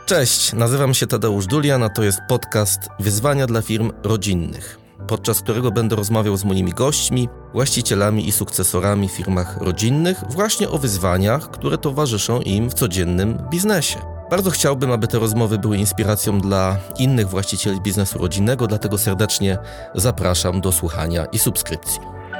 Cześć, nazywam się Tadeusz Dulian, a to jest podcast Wyzwania dla firm rodzinnych, podczas którego będę rozmawiał z moimi gośćmi, właścicielami i sukcesorami w firmach rodzinnych właśnie o wyzwaniach, które towarzyszą im w codziennym biznesie. Bardzo chciałbym, aby te rozmowy były inspiracją dla innych właścicieli biznesu rodzinnego, dlatego serdecznie zapraszam do słuchania i subskrypcji.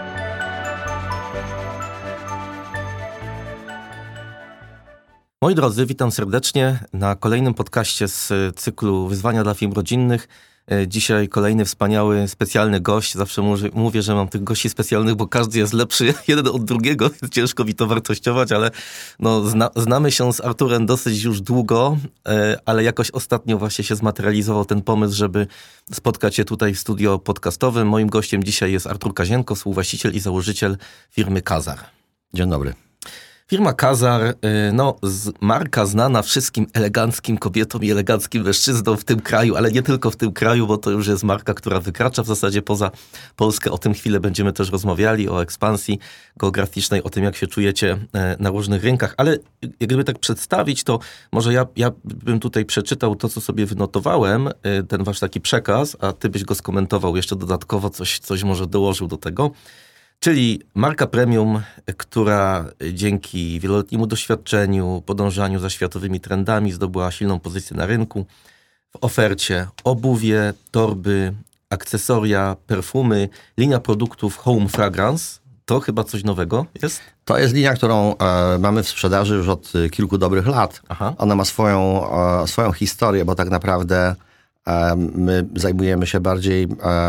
Moi drodzy, witam serdecznie na kolejnym podcaście z cyklu Wyzwania dla firm rodzinnych. Dzisiaj kolejny wspaniały, specjalny gość. Zawsze mówię, że mam tych gości specjalnych, bo każdy jest lepszy jeden od drugiego. Ciężko mi to wartościować, ale znamy się z Arturem dosyć już długo, ale jakoś ostatnio właśnie się zmaterializował ten pomysł, żeby spotkać się tutaj w studio podcastowym. Moim gościem dzisiaj jest Artur Kazienko, współwłaściciel i założyciel firmy Kazar. Dzień dobry. Firma Kazar, marka znana wszystkim eleganckim kobietom i eleganckim mężczyznom w tym kraju, ale nie tylko w tym kraju, bo to już jest marka, która wykracza w zasadzie poza Polskę. O tym chwilę będziemy też rozmawiali, o ekspansji geograficznej, o tym, jak się czujecie na różnych rynkach. Ale gdyby tak przedstawić, to może ja bym tutaj przeczytał to, co sobie wynotowałem, ten wasz taki przekaz, a ty byś go skomentował jeszcze dodatkowo, coś może dołożył do tego. Czyli marka premium, która dzięki wieloletniemu doświadczeniu, podążaniu za światowymi trendami zdobyła silną pozycję na rynku. W ofercie obuwie, torby, akcesoria, perfumy, linia produktów Home Fragrance. To chyba coś nowego jest? To jest linia, którą mamy w sprzedaży już od kilku dobrych lat. Aha. Ona ma swoją historię, bo tak naprawdę my zajmujemy się bardziej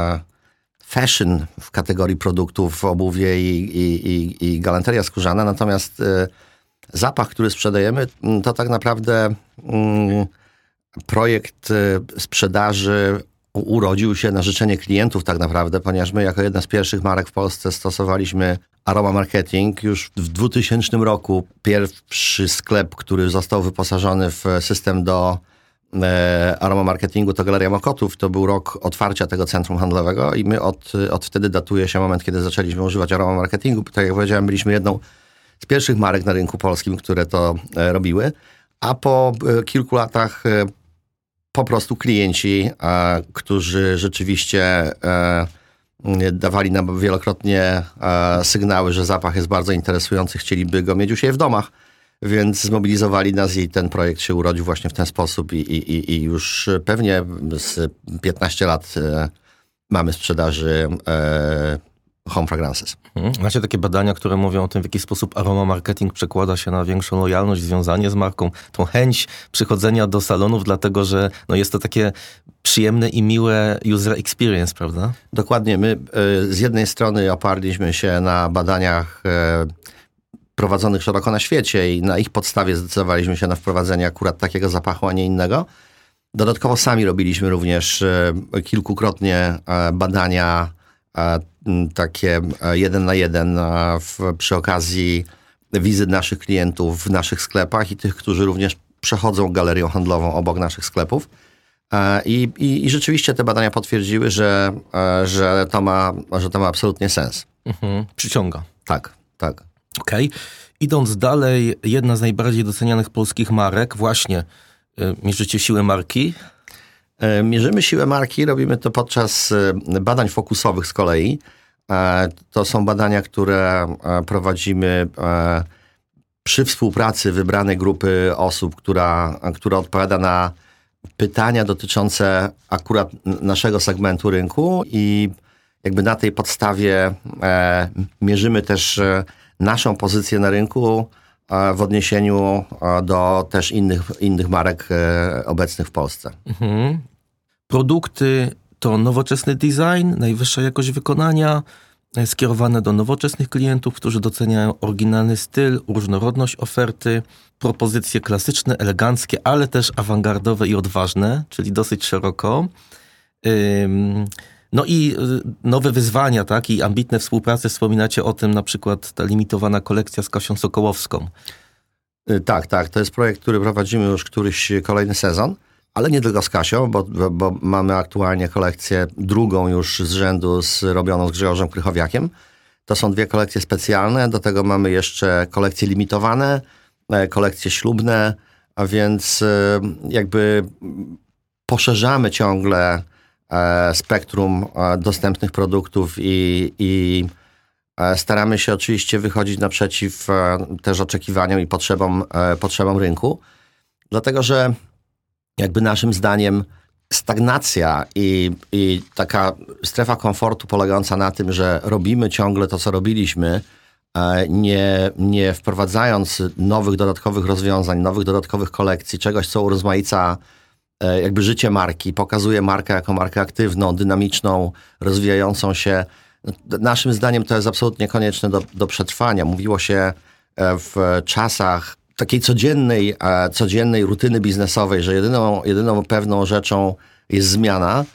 fashion w kategorii produktów, obuwie i galanteria skórzana. Natomiast zapach, który sprzedajemy, to tak naprawdę projekt sprzedaży urodził się na życzenie klientów tak naprawdę, ponieważ my jako jedna z pierwszych marek w Polsce stosowaliśmy aroma marketing. Już w 2000 roku pierwszy sklep, który został wyposażony w system do aroma marketingu, to Galeria Mokotów. To był rok otwarcia tego centrum handlowego i my od wtedy datuje się moment, kiedy zaczęliśmy używać aroma marketingu. Tak jak powiedziałem, byliśmy jedną z pierwszych marek na rynku polskim, które to robiły, a po kilku latach po prostu klienci, którzy rzeczywiście dawali nam wielokrotnie sygnały, że zapach jest bardzo interesujący, chcieliby go mieć u siebie w domach, więc zmobilizowali nas i ten projekt się urodził właśnie w ten sposób i już pewnie z 15 lat mamy sprzedaży Home Fragrances. Macie takie badania, które mówią o tym, w jaki sposób aroma marketing przekłada się na większą lojalność, związanie z marką, tą chęć przychodzenia do salonów, dlatego że jest to takie przyjemne i miłe user experience, prawda? Dokładnie. My z jednej strony oparliśmy się na badaniach prowadzonych szeroko na świecie i na ich podstawie zdecydowaliśmy się na wprowadzenie akurat takiego zapachu, a nie innego. Dodatkowo sami robiliśmy również kilkukrotnie badania takie 1 na 1 przy okazji wizyt naszych klientów w naszych sklepach i tych, którzy również przechodzą galerią handlową obok naszych sklepów. I rzeczywiście te badania potwierdziły, że to ma absolutnie sens. Przyciąga. Tak. Okej. Idąc dalej, jedna z najbardziej docenianych polskich marek, właśnie mierzycie siłę marki? Mierzymy siłę marki, robimy to podczas badań fokusowych z kolei. To są badania, które prowadzimy przy współpracy wybranej grupy osób, która odpowiada na pytania dotyczące akurat naszego segmentu rynku i jakby na tej podstawie mierzymy też naszą pozycję na rynku w odniesieniu do też innych marek obecnych w Polsce. Produkty to nowoczesny design, najwyższa jakość wykonania, skierowane do nowoczesnych klientów, którzy doceniają oryginalny styl, różnorodność oferty, propozycje klasyczne, eleganckie, ale też awangardowe i odważne, czyli dosyć szeroko. No i nowe wyzwania, tak, i ambitne współprace. Wspominacie o tym, na przykład ta limitowana kolekcja z Kasią Sokołowską. Tak. To jest projekt, który prowadzimy już któryś kolejny sezon, ale nie tylko z Kasią, bo mamy aktualnie kolekcję drugą już z rzędu robioną z Grzegorzem Krychowiakiem. To są 2 kolekcje specjalne, do tego mamy jeszcze kolekcje limitowane, kolekcje ślubne, a więc jakby poszerzamy ciągle spektrum dostępnych produktów i staramy się oczywiście wychodzić naprzeciw też oczekiwaniom i potrzebom rynku, dlatego że jakby naszym zdaniem stagnacja i taka strefa komfortu polegająca na tym, że robimy ciągle to, co robiliśmy, nie wprowadzając nowych, dodatkowych rozwiązań, nowych, dodatkowych kolekcji, czegoś, co urozmaica jakby życie marki, pokazuje markę jako markę aktywną, dynamiczną, rozwijającą się. Naszym zdaniem to jest absolutnie konieczne do przetrwania. Mówiło się w czasach takiej codziennej rutyny biznesowej, że jedyną pewną rzeczą jest zmiana.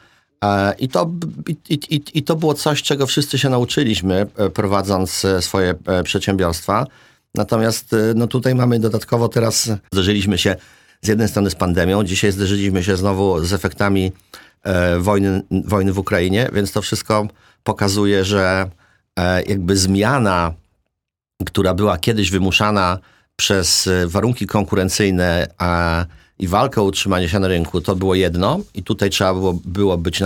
I to było coś, czego wszyscy się nauczyliśmy, prowadząc swoje przedsiębiorstwa. Natomiast tutaj mamy dodatkowo teraz, zderzyliśmy się z jednej strony z pandemią, dzisiaj zderzyliśmy się znowu z efektami wojny w Ukrainie, więc to wszystko pokazuje, że jakby zmiana, która była kiedyś wymuszana przez warunki konkurencyjne i walkę o utrzymanie się na rynku, to było jedno i tutaj trzeba było być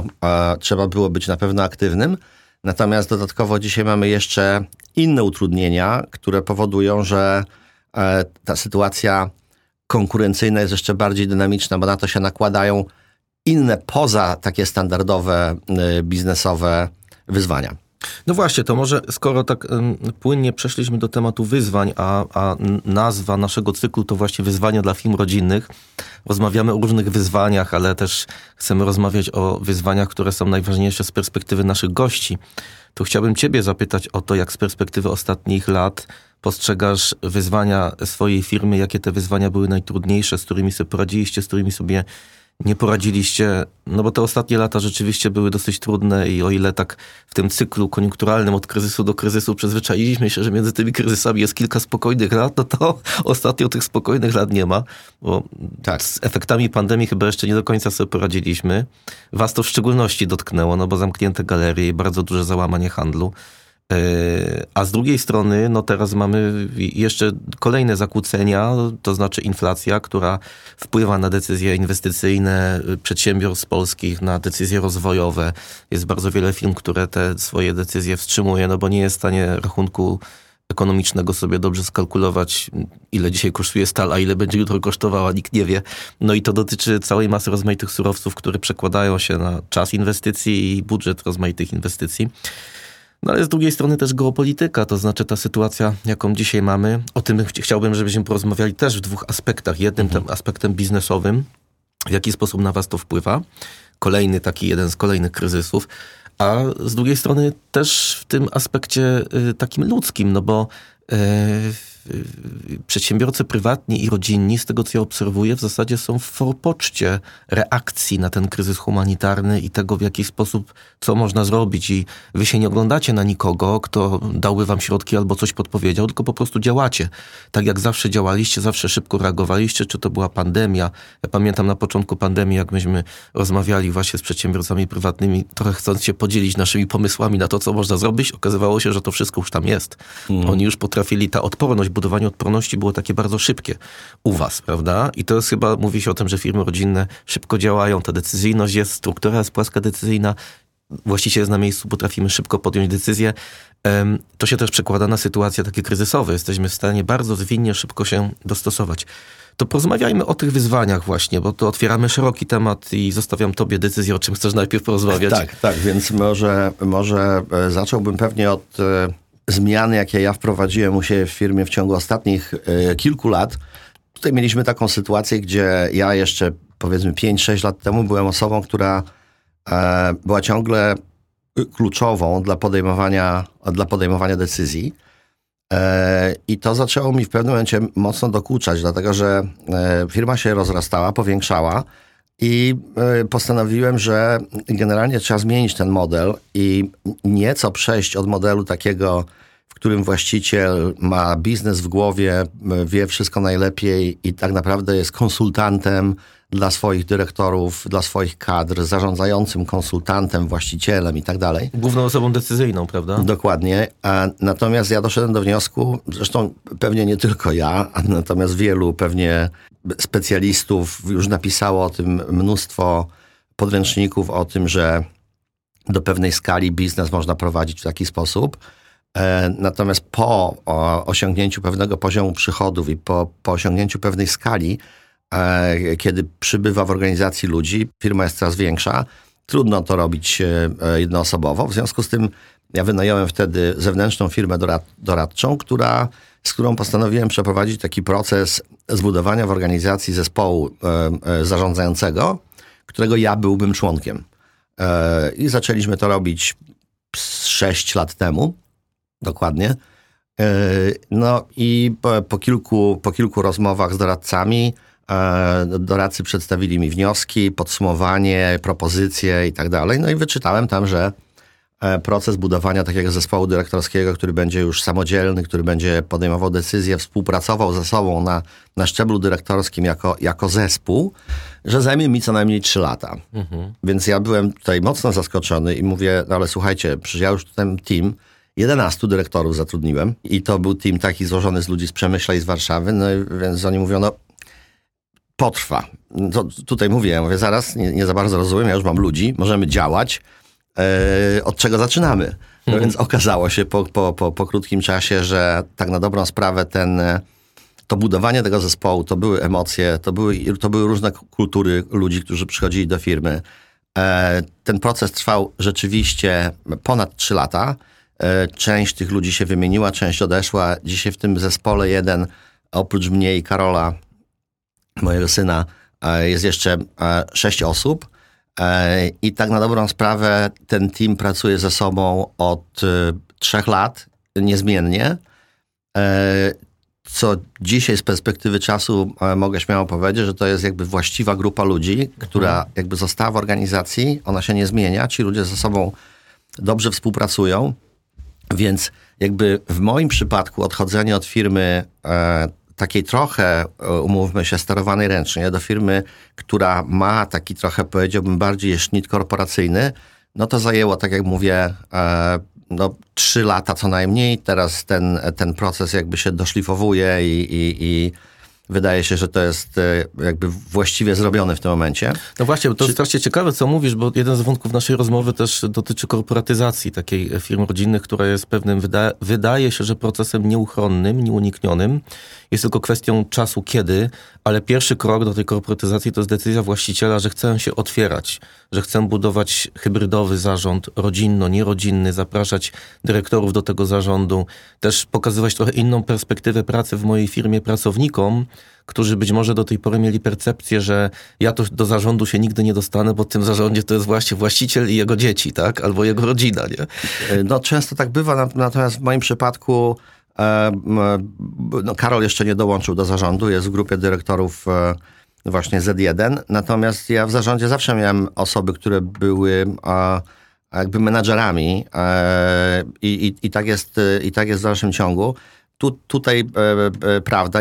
na pewno aktywnym. Natomiast dodatkowo dzisiaj mamy jeszcze inne utrudnienia, które powodują, że ta sytuacja konkurencyjna jest jeszcze bardziej dynamiczna, bo na to się nakładają inne poza takie standardowe biznesowe wyzwania. No właśnie, to może skoro tak płynnie przeszliśmy do tematu wyzwań, a nazwa naszego cyklu to właśnie wyzwania dla firm rodzinnych. Rozmawiamy o różnych wyzwaniach, ale też chcemy rozmawiać o wyzwaniach, które są najważniejsze z perspektywy naszych gości. To chciałbym ciebie zapytać o to, jak z perspektywy ostatnich lat postrzegasz wyzwania swojej firmy, jakie te wyzwania były najtrudniejsze, z którymi sobie poradziliście, z którymi sobie nie poradziliście, no bo te ostatnie lata rzeczywiście były dosyć trudne i o ile tak w tym cyklu koniunkturalnym od kryzysu do kryzysu przyzwyczailiśmy się, że między tymi kryzysami jest kilka spokojnych lat, no to ostatnio tych spokojnych lat nie ma, bo tak, z efektami pandemii chyba jeszcze nie do końca sobie poradziliśmy. Was to w szczególności dotknęło, no bo zamknięte galerie i bardzo duże załamanie handlu. A z drugiej strony, no teraz mamy jeszcze kolejne zakłócenia, to znaczy inflacja, która wpływa na decyzje inwestycyjne przedsiębiorstw polskich, na decyzje rozwojowe. Jest bardzo wiele firm, które te swoje decyzje wstrzymuje, no bo nie jest w stanie rachunku ekonomicznego sobie dobrze skalkulować, ile dzisiaj kosztuje stal, a ile będzie jutro kosztowała, nikt nie wie. No i to dotyczy całej masy rozmaitych surowców, które przekładają się na czas inwestycji i budżet rozmaitych inwestycji. No ale z drugiej strony też geopolityka, to znaczy ta sytuacja, jaką dzisiaj mamy. O tym chciałbym, żebyśmy porozmawiali też w dwóch aspektach. Jednym tym aspektem biznesowym, w jaki sposób na was to wpływa. Kolejny taki jeden z kolejnych kryzysów. A z drugiej strony też w tym aspekcie takim ludzkim, no bo przedsiębiorcy prywatni i rodzinni, z tego co ja obserwuję, w zasadzie są w forpoczcie reakcji na ten kryzys humanitarny i tego, w jaki sposób, co można zrobić. I wy się nie oglądacie na nikogo, kto dałby wam środki albo coś podpowiedział, tylko po prostu działacie. Tak jak zawsze działaliście, zawsze szybko reagowaliście, czy to była pandemia. Ja pamiętam na początku pandemii, jak myśmy rozmawiali właśnie z przedsiębiorcami prywatnymi, trochę chcąc się podzielić naszymi pomysłami na to, co można zrobić, okazywało się, że to wszystko już tam jest. Oni już potrafili, ta odporność, budowanie odporności było takie bardzo szybkie u was, prawda? I to jest chyba, mówi się o tym, że firmy rodzinne szybko działają, ta decyzyjność jest, struktura jest płaska decyzyjna, właściciel jest na miejscu, potrafimy szybko podjąć decyzję. To się też przekłada na sytuacje takie kryzysowe. Jesteśmy w stanie bardzo zwinnie, szybko się dostosować. To porozmawiajmy o tych wyzwaniach właśnie, bo to otwieramy szeroki temat i zostawiam tobie decyzję, o czym chcesz najpierw porozmawiać. Tak, więc może zacząłbym pewnie od zmiany, jakie ja wprowadziłem u siebie w firmie w ciągu ostatnich kilku lat. Tutaj mieliśmy taką sytuację, gdzie ja jeszcze powiedzmy 5-6 lat temu byłem osobą, która była ciągle kluczową dla podejmowania decyzji. I to zaczęło mi w pewnym momencie mocno dokuczać, dlatego że firma się rozrastała, powiększała i postanowiłem, że generalnie trzeba zmienić ten model i nieco przejść od modelu takiego, w którym właściciel ma biznes w głowie, wie wszystko najlepiej i tak naprawdę jest konsultantem dla swoich dyrektorów, dla swoich kadr, zarządzającym, konsultantem, właścicielem i tak dalej. Główną osobą decyzyjną, prawda? Dokładnie. Natomiast ja doszedłem do wniosku, zresztą pewnie nie tylko ja, natomiast wielu pewnie specjalistów już napisało o tym mnóstwo podręczników, o tym, że do pewnej skali biznes można prowadzić w taki sposób. Natomiast po osiągnięciu pewnego poziomu przychodów i po osiągnięciu pewnej skali, kiedy przybywa w organizacji ludzi, firma jest coraz większa, trudno to robić jednoosobowo. W związku z tym ja wynająłem wtedy zewnętrzną firmę doradczą, z którą postanowiłem przeprowadzić taki proces zbudowania w organizacji zespołu zarządzającego, którego ja byłbym członkiem. I zaczęliśmy to robić 6 lat temu, dokładnie. No i po kilku rozmowach z doradcami, doradcy przedstawili mi wnioski, podsumowanie, propozycje i tak dalej. No i wyczytałem tam, że proces budowania takiego zespołu dyrektorskiego, który będzie już samodzielny, który będzie podejmował decyzje, współpracował ze sobą na szczeblu dyrektorskim jako zespół, że zajmie mi co najmniej 3 lata. Więc ja byłem tutaj mocno zaskoczony i mówię, no ale słuchajcie, przecież ja już ten team 11 dyrektorów zatrudniłem i to był team taki złożony z ludzi z Przemyśla i z Warszawy, no więc oni mówią, no potrwa. To tutaj mówię, zaraz, nie za bardzo rozumiem, ja już mam ludzi, możemy działać, od czego zaczynamy. No więc okazało się po krótkim czasie, że tak na dobrą sprawę to budowanie tego zespołu, to były emocje, to były różne kultury ludzi, którzy przychodzili do firmy. Ten proces trwał rzeczywiście ponad 3 lata. Część tych ludzi się wymieniła, część odeszła. Dzisiaj w tym zespole oprócz mnie i Karola, mojego syna, jest jeszcze 6 osób. I tak na dobrą sprawę ten team pracuje ze sobą od 3 lat niezmiennie. Co dzisiaj z perspektywy czasu mogę śmiało powiedzieć, że to jest jakby właściwa grupa ludzi, która jakby została w organizacji, ona się nie zmienia, ci ludzie ze sobą dobrze współpracują, więc jakby w moim przypadku odchodzenie od firmy takiej trochę, umówmy się, sterowanej ręcznie, do firmy, która ma taki trochę, powiedziałbym, bardziej sznyt korporacyjny, no to zajęło, tak jak mówię, 3 lata co najmniej. Teraz ten proces jakby się doszlifowuje i wydaje się, że to jest jakby właściwie zrobione w tym momencie. No właśnie, to jest strasznie ciekawe, co mówisz, bo jeden z wątków naszej rozmowy też dotyczy korporatyzacji takiej firm rodzinnych, która jest pewnym, wydaje się, że procesem nieuchronnym, nieuniknionym. Jest tylko kwestią czasu, kiedy, ale pierwszy krok do tej korporatyzacji to jest decyzja właściciela, że chcę się otwierać, że chcę budować hybrydowy zarząd, rodzinno-nierodzinny, zapraszać dyrektorów do tego zarządu, też pokazywać trochę inną perspektywę pracy w mojej firmie pracownikom, którzy być może do tej pory mieli percepcję, że ja to do zarządu się nigdy nie dostanę, bo w tym zarządzie to jest właśnie właściciel i jego dzieci, tak? Albo jego rodzina, nie? No często tak bywa, natomiast w moim przypadku Karol jeszcze nie dołączył do zarządu, jest w grupie dyrektorów właśnie Z1, natomiast ja w zarządzie zawsze miałem osoby, które były jakby menadżerami i tak jest w dalszym ciągu. Tutaj prawda,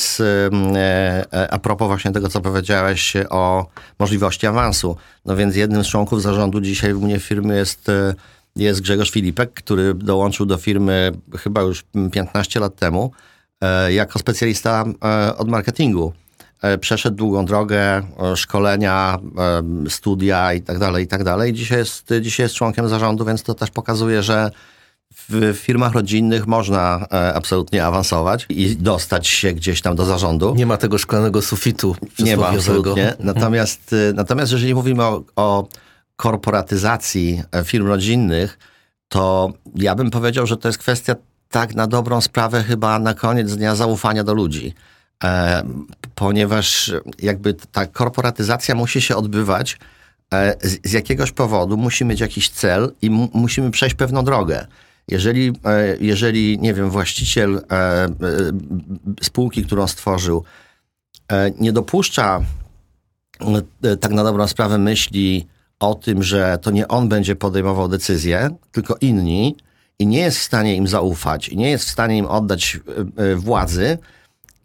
a propos właśnie tego, co powiedziałeś o możliwości awansu. No więc jednym z członków zarządu dzisiaj u mnie w firmie jest Grzegorz Filipek, który dołączył do firmy chyba już 15 lat temu jako specjalista od marketingu. Przeszedł długą drogę, szkolenia, studia i tak dalej. Dzisiaj jest członkiem zarządu, więc to też pokazuje, że w firmach rodzinnych można absolutnie awansować i dostać się gdzieś tam do zarządu. Nie ma tego szklanego sufitu. Nie ma absolutnie. Natomiast jeżeli mówimy o korporatyzacji firm rodzinnych, to ja bym powiedział, że to jest kwestia tak na dobrą sprawę chyba na koniec dnia zaufania do ludzi. Ponieważ jakby ta korporatyzacja musi się odbywać z jakiegoś powodu, musi mieć jakiś cel i musimy przejść pewną drogę. Jeżeli nie wiem, właściciel spółki, którą stworzył, nie dopuszcza tak na dobrą sprawę myśli o tym, że to nie on będzie podejmował decyzje, tylko inni i nie jest w stanie im zaufać i nie jest w stanie im oddać władzy,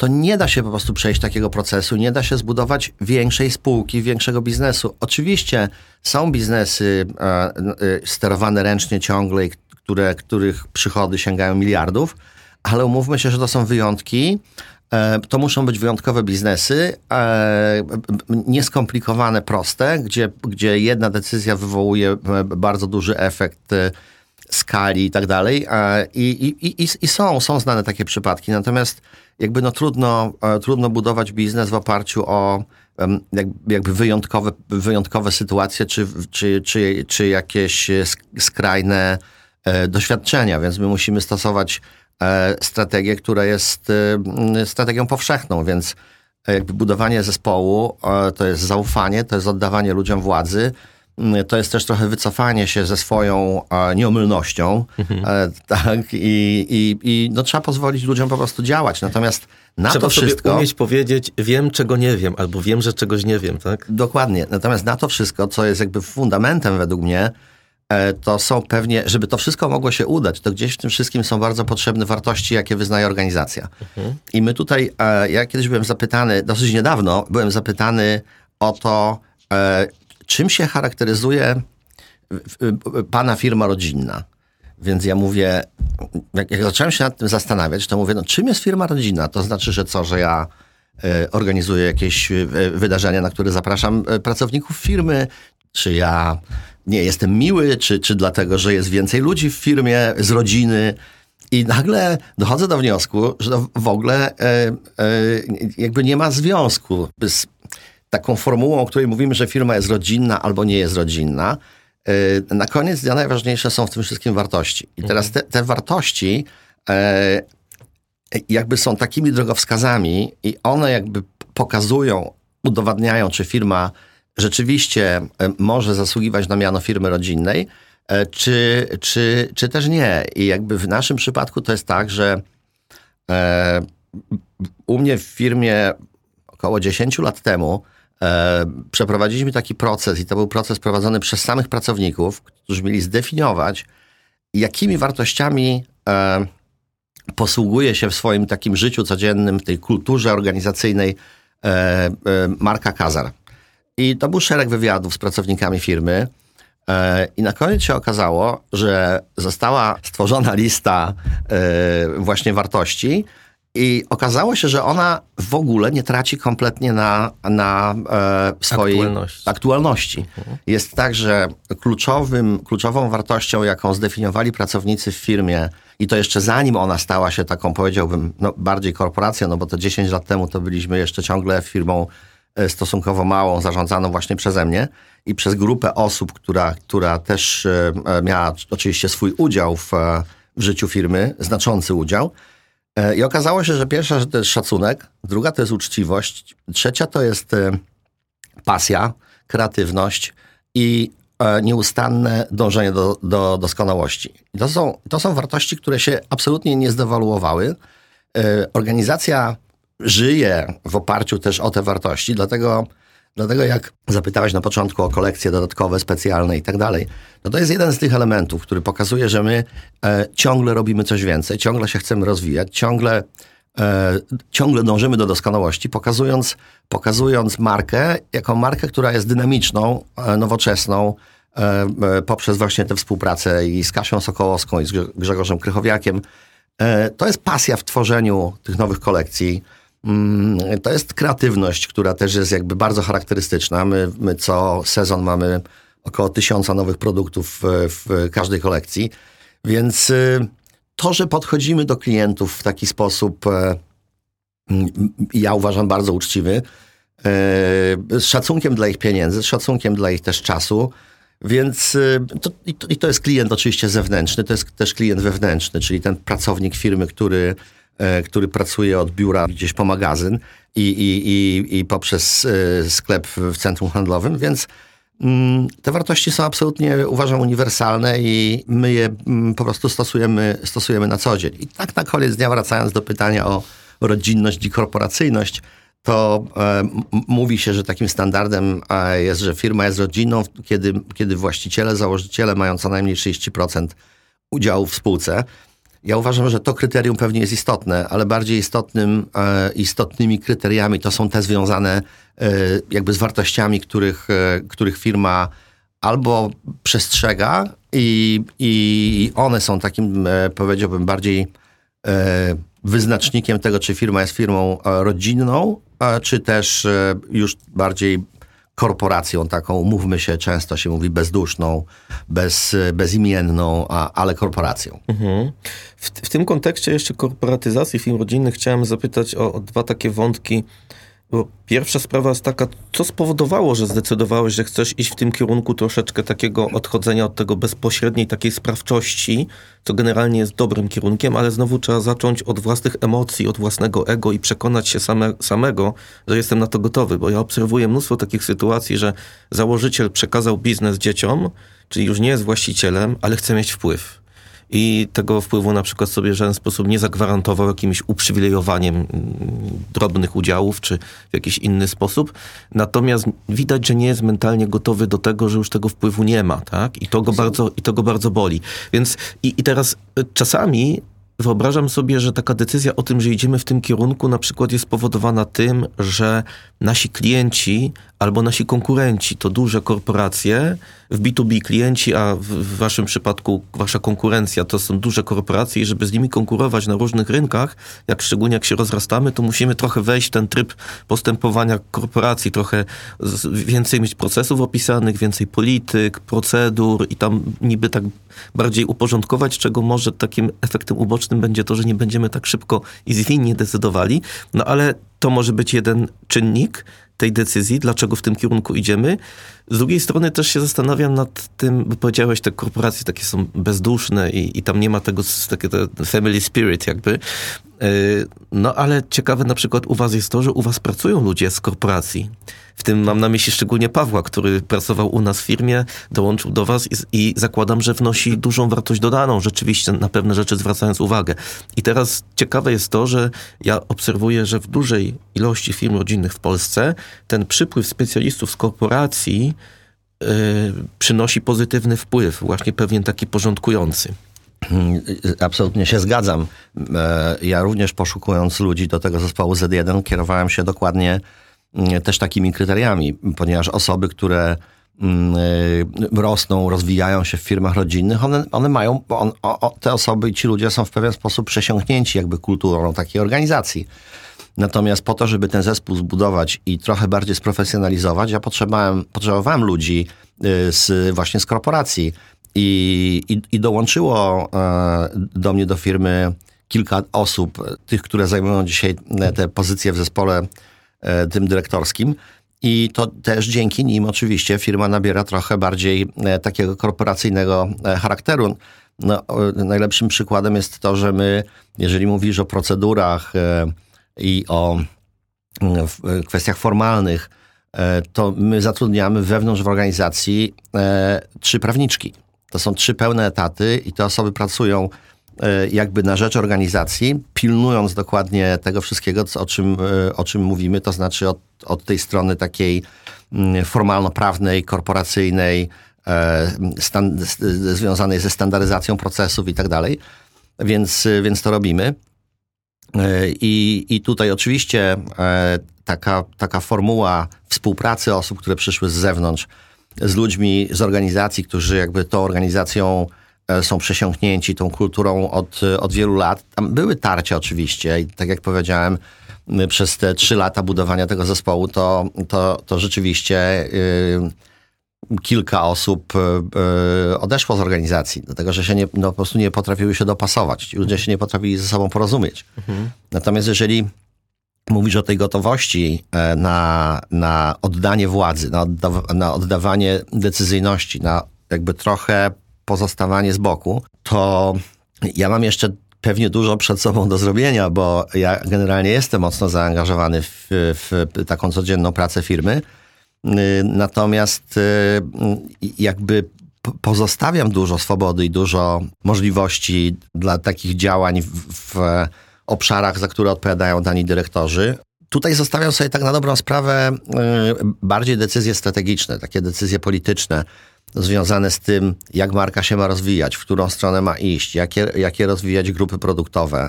to nie da się po prostu przejść takiego procesu, nie da się zbudować większej spółki, większego biznesu. Oczywiście są biznesy sterowane ręcznie ciągle, których przychody sięgają miliardów, ale umówmy się, że to są wyjątki. To muszą być wyjątkowe biznesy, nieskomplikowane, proste, gdzie jedna decyzja wywołuje bardzo duży efekt skali i tak dalej. I są znane takie przypadki. Natomiast jakby trudno budować biznes w oparciu o jakby wyjątkowe sytuacje czy jakieś skrajne doświadczenia, więc my musimy stosować strategię, która jest strategią powszechną, więc jakby budowanie zespołu to jest zaufanie, to jest oddawanie ludziom władzy, to jest też trochę wycofanie się ze swoją nieomylnością, tak, i no, trzeba pozwolić ludziom po prostu działać. Natomiast trzeba to wszystko sobie umieć powiedzieć, wiem, czego nie wiem, albo wiem, że czegoś nie wiem, tak? Dokładnie. Natomiast na to wszystko, co jest jakby fundamentem według mnie, to są pewnie, żeby to wszystko mogło się udać, to gdzieś w tym wszystkim są bardzo potrzebne wartości, jakie wyznaje organizacja. I my tutaj, ja kiedyś byłem zapytany, dosyć niedawno byłem zapytany o to, czym się charakteryzuje pana firma rodzinna. Więc ja mówię, jak zacząłem się nad tym zastanawiać, to mówię, no czym jest firma rodzinna? To znaczy, że co, że ja organizuję jakieś wydarzenia, na które zapraszam pracowników firmy, czy ja nie jestem miły, czy dlatego, że jest więcej ludzi w firmie, z rodziny. I nagle dochodzę do wniosku, że to w ogóle jakby nie ma związku z taką formułą, o której mówimy, że firma jest rodzinna albo nie jest rodzinna. Na koniec dnia najważniejsze są w tym wszystkim wartości. I teraz te wartości jakby są takimi drogowskazami i one jakby pokazują, udowadniają, czy firma rzeczywiście może zasługiwać na miano firmy rodzinnej, czy też nie. I jakby w naszym przypadku to jest tak, że u mnie w firmie około 10 lat temu przeprowadziliśmy taki proces i to był proces prowadzony przez samych pracowników, którzy mieli zdefiniować, jakimi wartościami posługuje się w swoim takim życiu codziennym, tej kulturze organizacyjnej marka Kazar. I to był szereg wywiadów z pracownikami firmy i na koniec się okazało, że została stworzona lista właśnie wartości i okazało się, że ona w ogóle nie traci kompletnie na swojej aktualności. Jest tak, że kluczową wartością, jaką zdefiniowali pracownicy w firmie, i to jeszcze zanim ona stała się taką, powiedziałbym, no, bardziej korporacją, no bo to 10 lat temu to byliśmy jeszcze ciągle firmą stosunkowo małą, zarządzaną właśnie przeze mnie i przez grupę osób, która też miała oczywiście swój udział w życiu firmy, znaczący udział. I okazało się, że pierwsza że to jest szacunek, druga to jest uczciwość, trzecia to jest pasja, kreatywność i nieustanne dążenie do doskonałości. I to są wartości, które się absolutnie nie zdewaluowały. Organizacja żyje w oparciu też o te wartości, dlatego jak zapytałeś na początku o kolekcje dodatkowe, specjalne i tak dalej, no to jest jeden z tych elementów, który pokazuje, że my ciągle robimy coś więcej, ciągle się chcemy rozwijać, ciągle dążymy do doskonałości, pokazując markę jako markę, która jest dynamiczną, nowoczesną, poprzez właśnie tę współpracę i z Kasią Sokołowską i z Grzegorzem Krychowiakiem. To jest pasja w tworzeniu tych nowych kolekcji. To jest kreatywność, która też jest jakby bardzo charakterystyczna. My co sezon mamy około 1000 nowych produktów w każdej kolekcji. Więc to, że podchodzimy do klientów w taki sposób, ja uważam, bardzo uczciwy, z szacunkiem dla ich pieniędzy, z szacunkiem dla ich też czasu, więc to jest klient oczywiście zewnętrzny, to jest też klient wewnętrzny, czyli ten pracownik firmy, który pracuje od biura gdzieś po magazyn i poprzez sklep w centrum handlowym, więc te wartości są absolutnie, uważam, uniwersalne i my je po prostu stosujemy na co dzień. I tak na koniec dnia, wracając do pytania o rodzinność i korporacyjność, to mówi się, że takim standardem jest, że firma jest rodzinną, kiedy właściciele, założyciele mają co najmniej 30% udziału w spółce. Ja uważam, że to kryterium pewnie jest istotne, ale bardziej istotnymi kryteriami to są te związane jakby z wartościami, których firma albo przestrzega i one są takim, powiedziałbym, bardziej wyznacznikiem tego, czy firma jest firmą rodzinną, czy też już bardziej korporacją taką, umówmy się, często się mówi bezduszną, bezimienną, ale korporacją. Mhm. W tym kontekście jeszcze korporatyzacji firm rodzinnych chciałem zapytać o dwa takie wątki. Bo pierwsza sprawa jest taka, co spowodowało, że zdecydowałeś, że chcesz iść w tym kierunku troszeczkę takiego odchodzenia od tego bezpośredniej takiej sprawczości, co generalnie jest dobrym kierunkiem, ale znowu trzeba zacząć od własnych emocji, od własnego ego i przekonać się samego, że jestem na to gotowy, bo ja obserwuję mnóstwo takich sytuacji, że założyciel przekazał biznes dzieciom, czyli już nie jest właścicielem, ale chce mieć wpływ. I tego wpływu na przykład sobie w żaden sposób nie zagwarantował jakimś uprzywilejowaniem drobnych udziałów, czy w jakiś inny sposób. Natomiast widać, że nie jest mentalnie gotowy do tego, że już tego wpływu nie ma, tak? I to go bardzo boli. Więc i teraz czasami wyobrażam sobie, że taka decyzja o tym, że idziemy w tym kierunku, na przykład jest spowodowana tym, że nasi klienci albo nasi konkurenci to duże korporacje, w B2B klienci, a w waszym przypadku wasza konkurencja to są duże korporacje i żeby z nimi konkurować na różnych rynkach, szczególnie jak się rozrastamy, to musimy trochę wejść w ten tryb postępowania korporacji, trochę więcej mieć procesów opisanych, więcej polityk, procedur i tam niby tak bardziej uporządkować, czego może takim efektem ubocznym będzie to, że nie będziemy tak szybko i zwinnie decydowali, no ale to może być jeden czynnik tej decyzji, dlaczego w tym kierunku idziemy. Z drugiej strony też się zastanawiam nad tym, bo powiedziałeś, te korporacje takie są bezduszne i tam nie ma tego takiego family spirit jakby. No ale ciekawe na przykład u was jest to, że u was pracują ludzie z korporacji. W tym mam na myśli szczególnie Pawła, który pracował u nas w firmie, dołączył do was i zakładam, że wnosi dużą wartość dodaną, rzeczywiście na pewne rzeczy zwracając uwagę. I teraz ciekawe jest to, że ja obserwuję, że w dużej ilości firm rodzinnych w Polsce ten przypływ specjalistów z korporacji przynosi pozytywny wpływ, właśnie pewien taki porządkujący. Absolutnie się zgadzam. Ja również poszukując ludzi do tego zespołu Z1 kierowałem się dokładnie też takimi kryteriami, ponieważ osoby, które rosną, rozwijają się w firmach rodzinnych, one mają, te osoby i ci ludzie są w pewien sposób przesiąknięci jakby kulturą takiej organizacji. Natomiast po to, żeby ten zespół zbudować i trochę bardziej sprofesjonalizować, ja potrzebowałem ludzi właśnie z korporacji i dołączyło do mnie do firmy kilka osób, tych, które zajmują dzisiaj te pozycje w zespole tym dyrektorskim. I to też dzięki nim oczywiście firma nabiera trochę bardziej takiego korporacyjnego charakteru. No, najlepszym przykładem jest to, że my, jeżeli mówisz o procedurach i o kwestiach formalnych, to my zatrudniamy wewnątrz w organizacji 3 prawniczki. To są 3 pełne etaty i te osoby pracują jakby na rzecz organizacji, pilnując dokładnie tego wszystkiego, o czym mówimy, to znaczy od tej strony takiej formalno-prawnej, korporacyjnej, związanej ze standaryzacją procesów i tak dalej. Więc to robimy. I tutaj oczywiście taka formuła współpracy osób, które przyszły z zewnątrz, z ludźmi z organizacji, którzy jakby tą organizacją są przesiąknięci, tą kulturą od wielu lat. Tam były tarcia oczywiście i tak jak powiedziałem, przez te 3 lata budowania tego zespołu, to rzeczywiście kilka osób odeszło z organizacji, dlatego że się po prostu nie potrafiły się dopasować. Ludzie się nie potrafili ze sobą porozumieć. Mhm. Natomiast jeżeli mówisz o tej gotowości na oddanie władzy, na oddawanie decyzyjności, na jakby trochę pozostawanie z boku, to ja mam jeszcze pewnie dużo przed sobą do zrobienia, bo ja generalnie jestem mocno zaangażowany w taką codzienną pracę firmy. Natomiast jakby pozostawiam dużo swobody i dużo możliwości dla takich działań w obszarach, za które odpowiadają dani dyrektorzy. Tutaj zostawiam sobie tak na dobrą sprawę bardziej decyzje strategiczne, takie decyzje polityczne. związane z tym, jak marka się ma rozwijać, w którą stronę ma iść, jakie rozwijać grupy produktowe.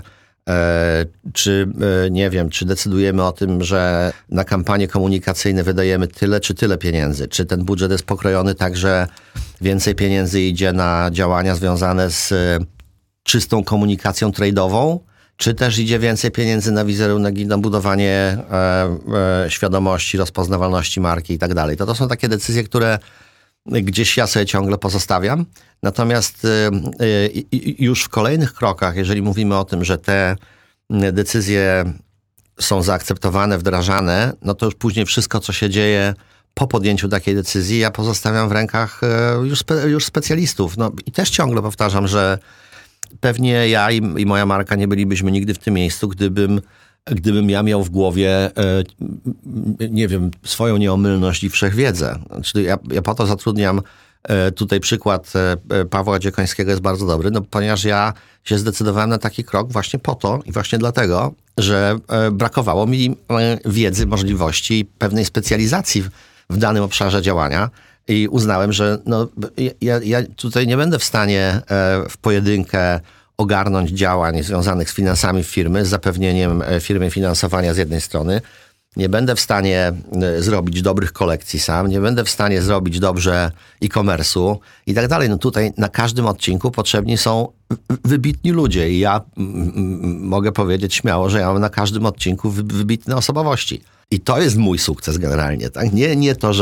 Czy, nie wiem, czy decydujemy o tym, że na kampanie komunikacyjne wydajemy tyle czy tyle pieniędzy? Czy ten budżet jest pokrojony tak, że więcej pieniędzy idzie na działania związane z czystą komunikacją trade'ową? Czy też idzie więcej pieniędzy na wizerunek i na budowanie świadomości, rozpoznawalności marki i tak dalej? To są takie decyzje, które gdzieś ja sobie ciągle pozostawiam. Natomiast już w kolejnych krokach, jeżeli mówimy o tym, że te decyzje są zaakceptowane, wdrażane, no to już później wszystko, co się dzieje po podjęciu takiej decyzji, ja pozostawiam w rękach już specjalistów. No i też ciągle powtarzam, że pewnie ja i moja marka nie bylibyśmy nigdy w tym miejscu, gdybym ja miał w głowie, nie wiem, swoją nieomylność i wszechwiedzę. Czyli ja po to zatrudniam, tutaj przykład Pawła Dziekońskiego jest bardzo dobry, no ponieważ ja się zdecydowałem na taki krok właśnie po to i właśnie dlatego, że brakowało mi wiedzy, możliwości, pewnej specjalizacji w danym obszarze działania. I uznałem, że no, ja tutaj nie będę w stanie w pojedynkę ogarnąć działań związanych z finansami firmy, z zapewnieniem firmy finansowania z jednej strony. Nie będę w stanie zrobić dobrych kolekcji sam, nie będę w stanie zrobić dobrze e-commerce'u i tak dalej. No tutaj na każdym odcinku potrzebni są wybitni ludzie i ja mogę powiedzieć śmiało, że ja mam na każdym odcinku wybitne osobowości. I to jest mój sukces generalnie, tak? Nie to,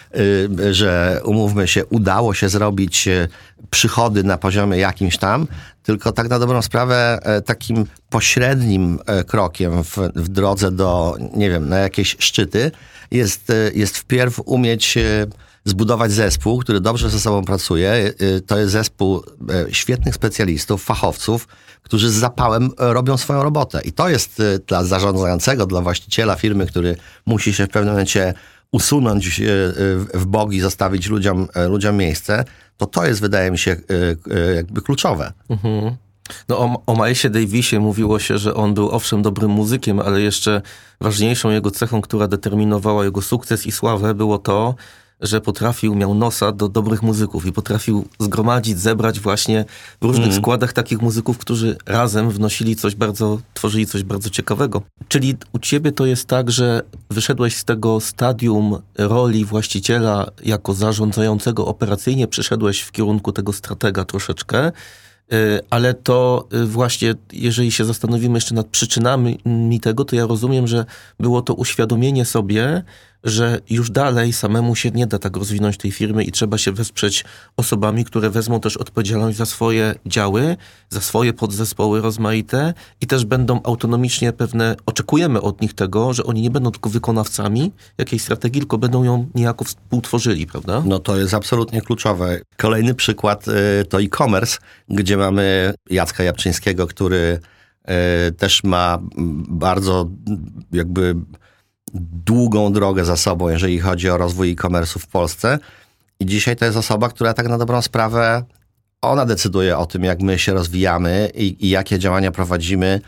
że umówmy się, udało się zrobić przychody na poziomie jakimś tam, tylko tak na dobrą sprawę takim pośrednim krokiem w drodze do, nie wiem, na jakieś szczyty jest wpierw umieć zbudować zespół, który dobrze ze sobą pracuje. To jest zespół świetnych specjalistów, fachowców, którzy z zapałem robią swoją robotę. I to jest dla zarządzającego, dla właściciela firmy, który musi się w pewnym momencie usunąć w bok i zostawić ludziom miejsce, to jest, wydaje mi się, jakby kluczowe. Mhm. No o Milesie Davisie mówiło się, że on był owszem dobrym muzykiem, ale jeszcze ważniejszą jego cechą, która determinowała jego sukces i sławę, było to, że miał nosa do dobrych muzyków i potrafił zgromadzić, zebrać właśnie w różnych składach takich muzyków, którzy razem tworzyli coś bardzo ciekawego. Czyli u ciebie to jest tak, że wyszedłeś z tego stadium roli właściciela jako zarządzającego operacyjnie, przeszedłeś w kierunku tego stratega troszeczkę, ale to właśnie, jeżeli się zastanowimy jeszcze nad przyczynami tego, to ja rozumiem, że było to uświadomienie sobie, że już dalej samemu się nie da tak rozwinąć tej firmy i trzeba się wesprzeć osobami, które wezmą też odpowiedzialność za swoje działy, za swoje podzespoły rozmaite i też będą autonomicznie oczekujemy od nich tego, że oni nie będą tylko wykonawcami jakiejś strategii, tylko będą ją niejako współtworzyli, prawda? No to jest absolutnie kluczowe. Kolejny przykład to e-commerce, gdzie mamy Jacka Jabczyńskiego, który też ma bardzo jakby długą drogę za sobą, jeżeli chodzi o rozwój e-commerce'u w Polsce. I dzisiaj to jest osoba, która tak na dobrą sprawę, ona decyduje o tym, jak my się rozwijamy i jakie działania prowadzimy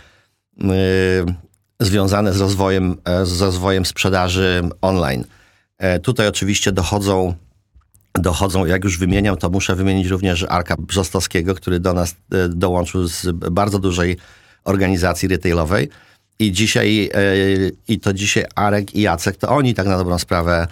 związane z rozwojem sprzedaży online. Tutaj oczywiście dochodzą, jak już wymieniam, to muszę wymienić również Arka Brzostowskiego, który do nas dołączył z bardzo dużej organizacji retailowej. I dzisiaj Arek i Jacek, to oni tak na dobrą sprawę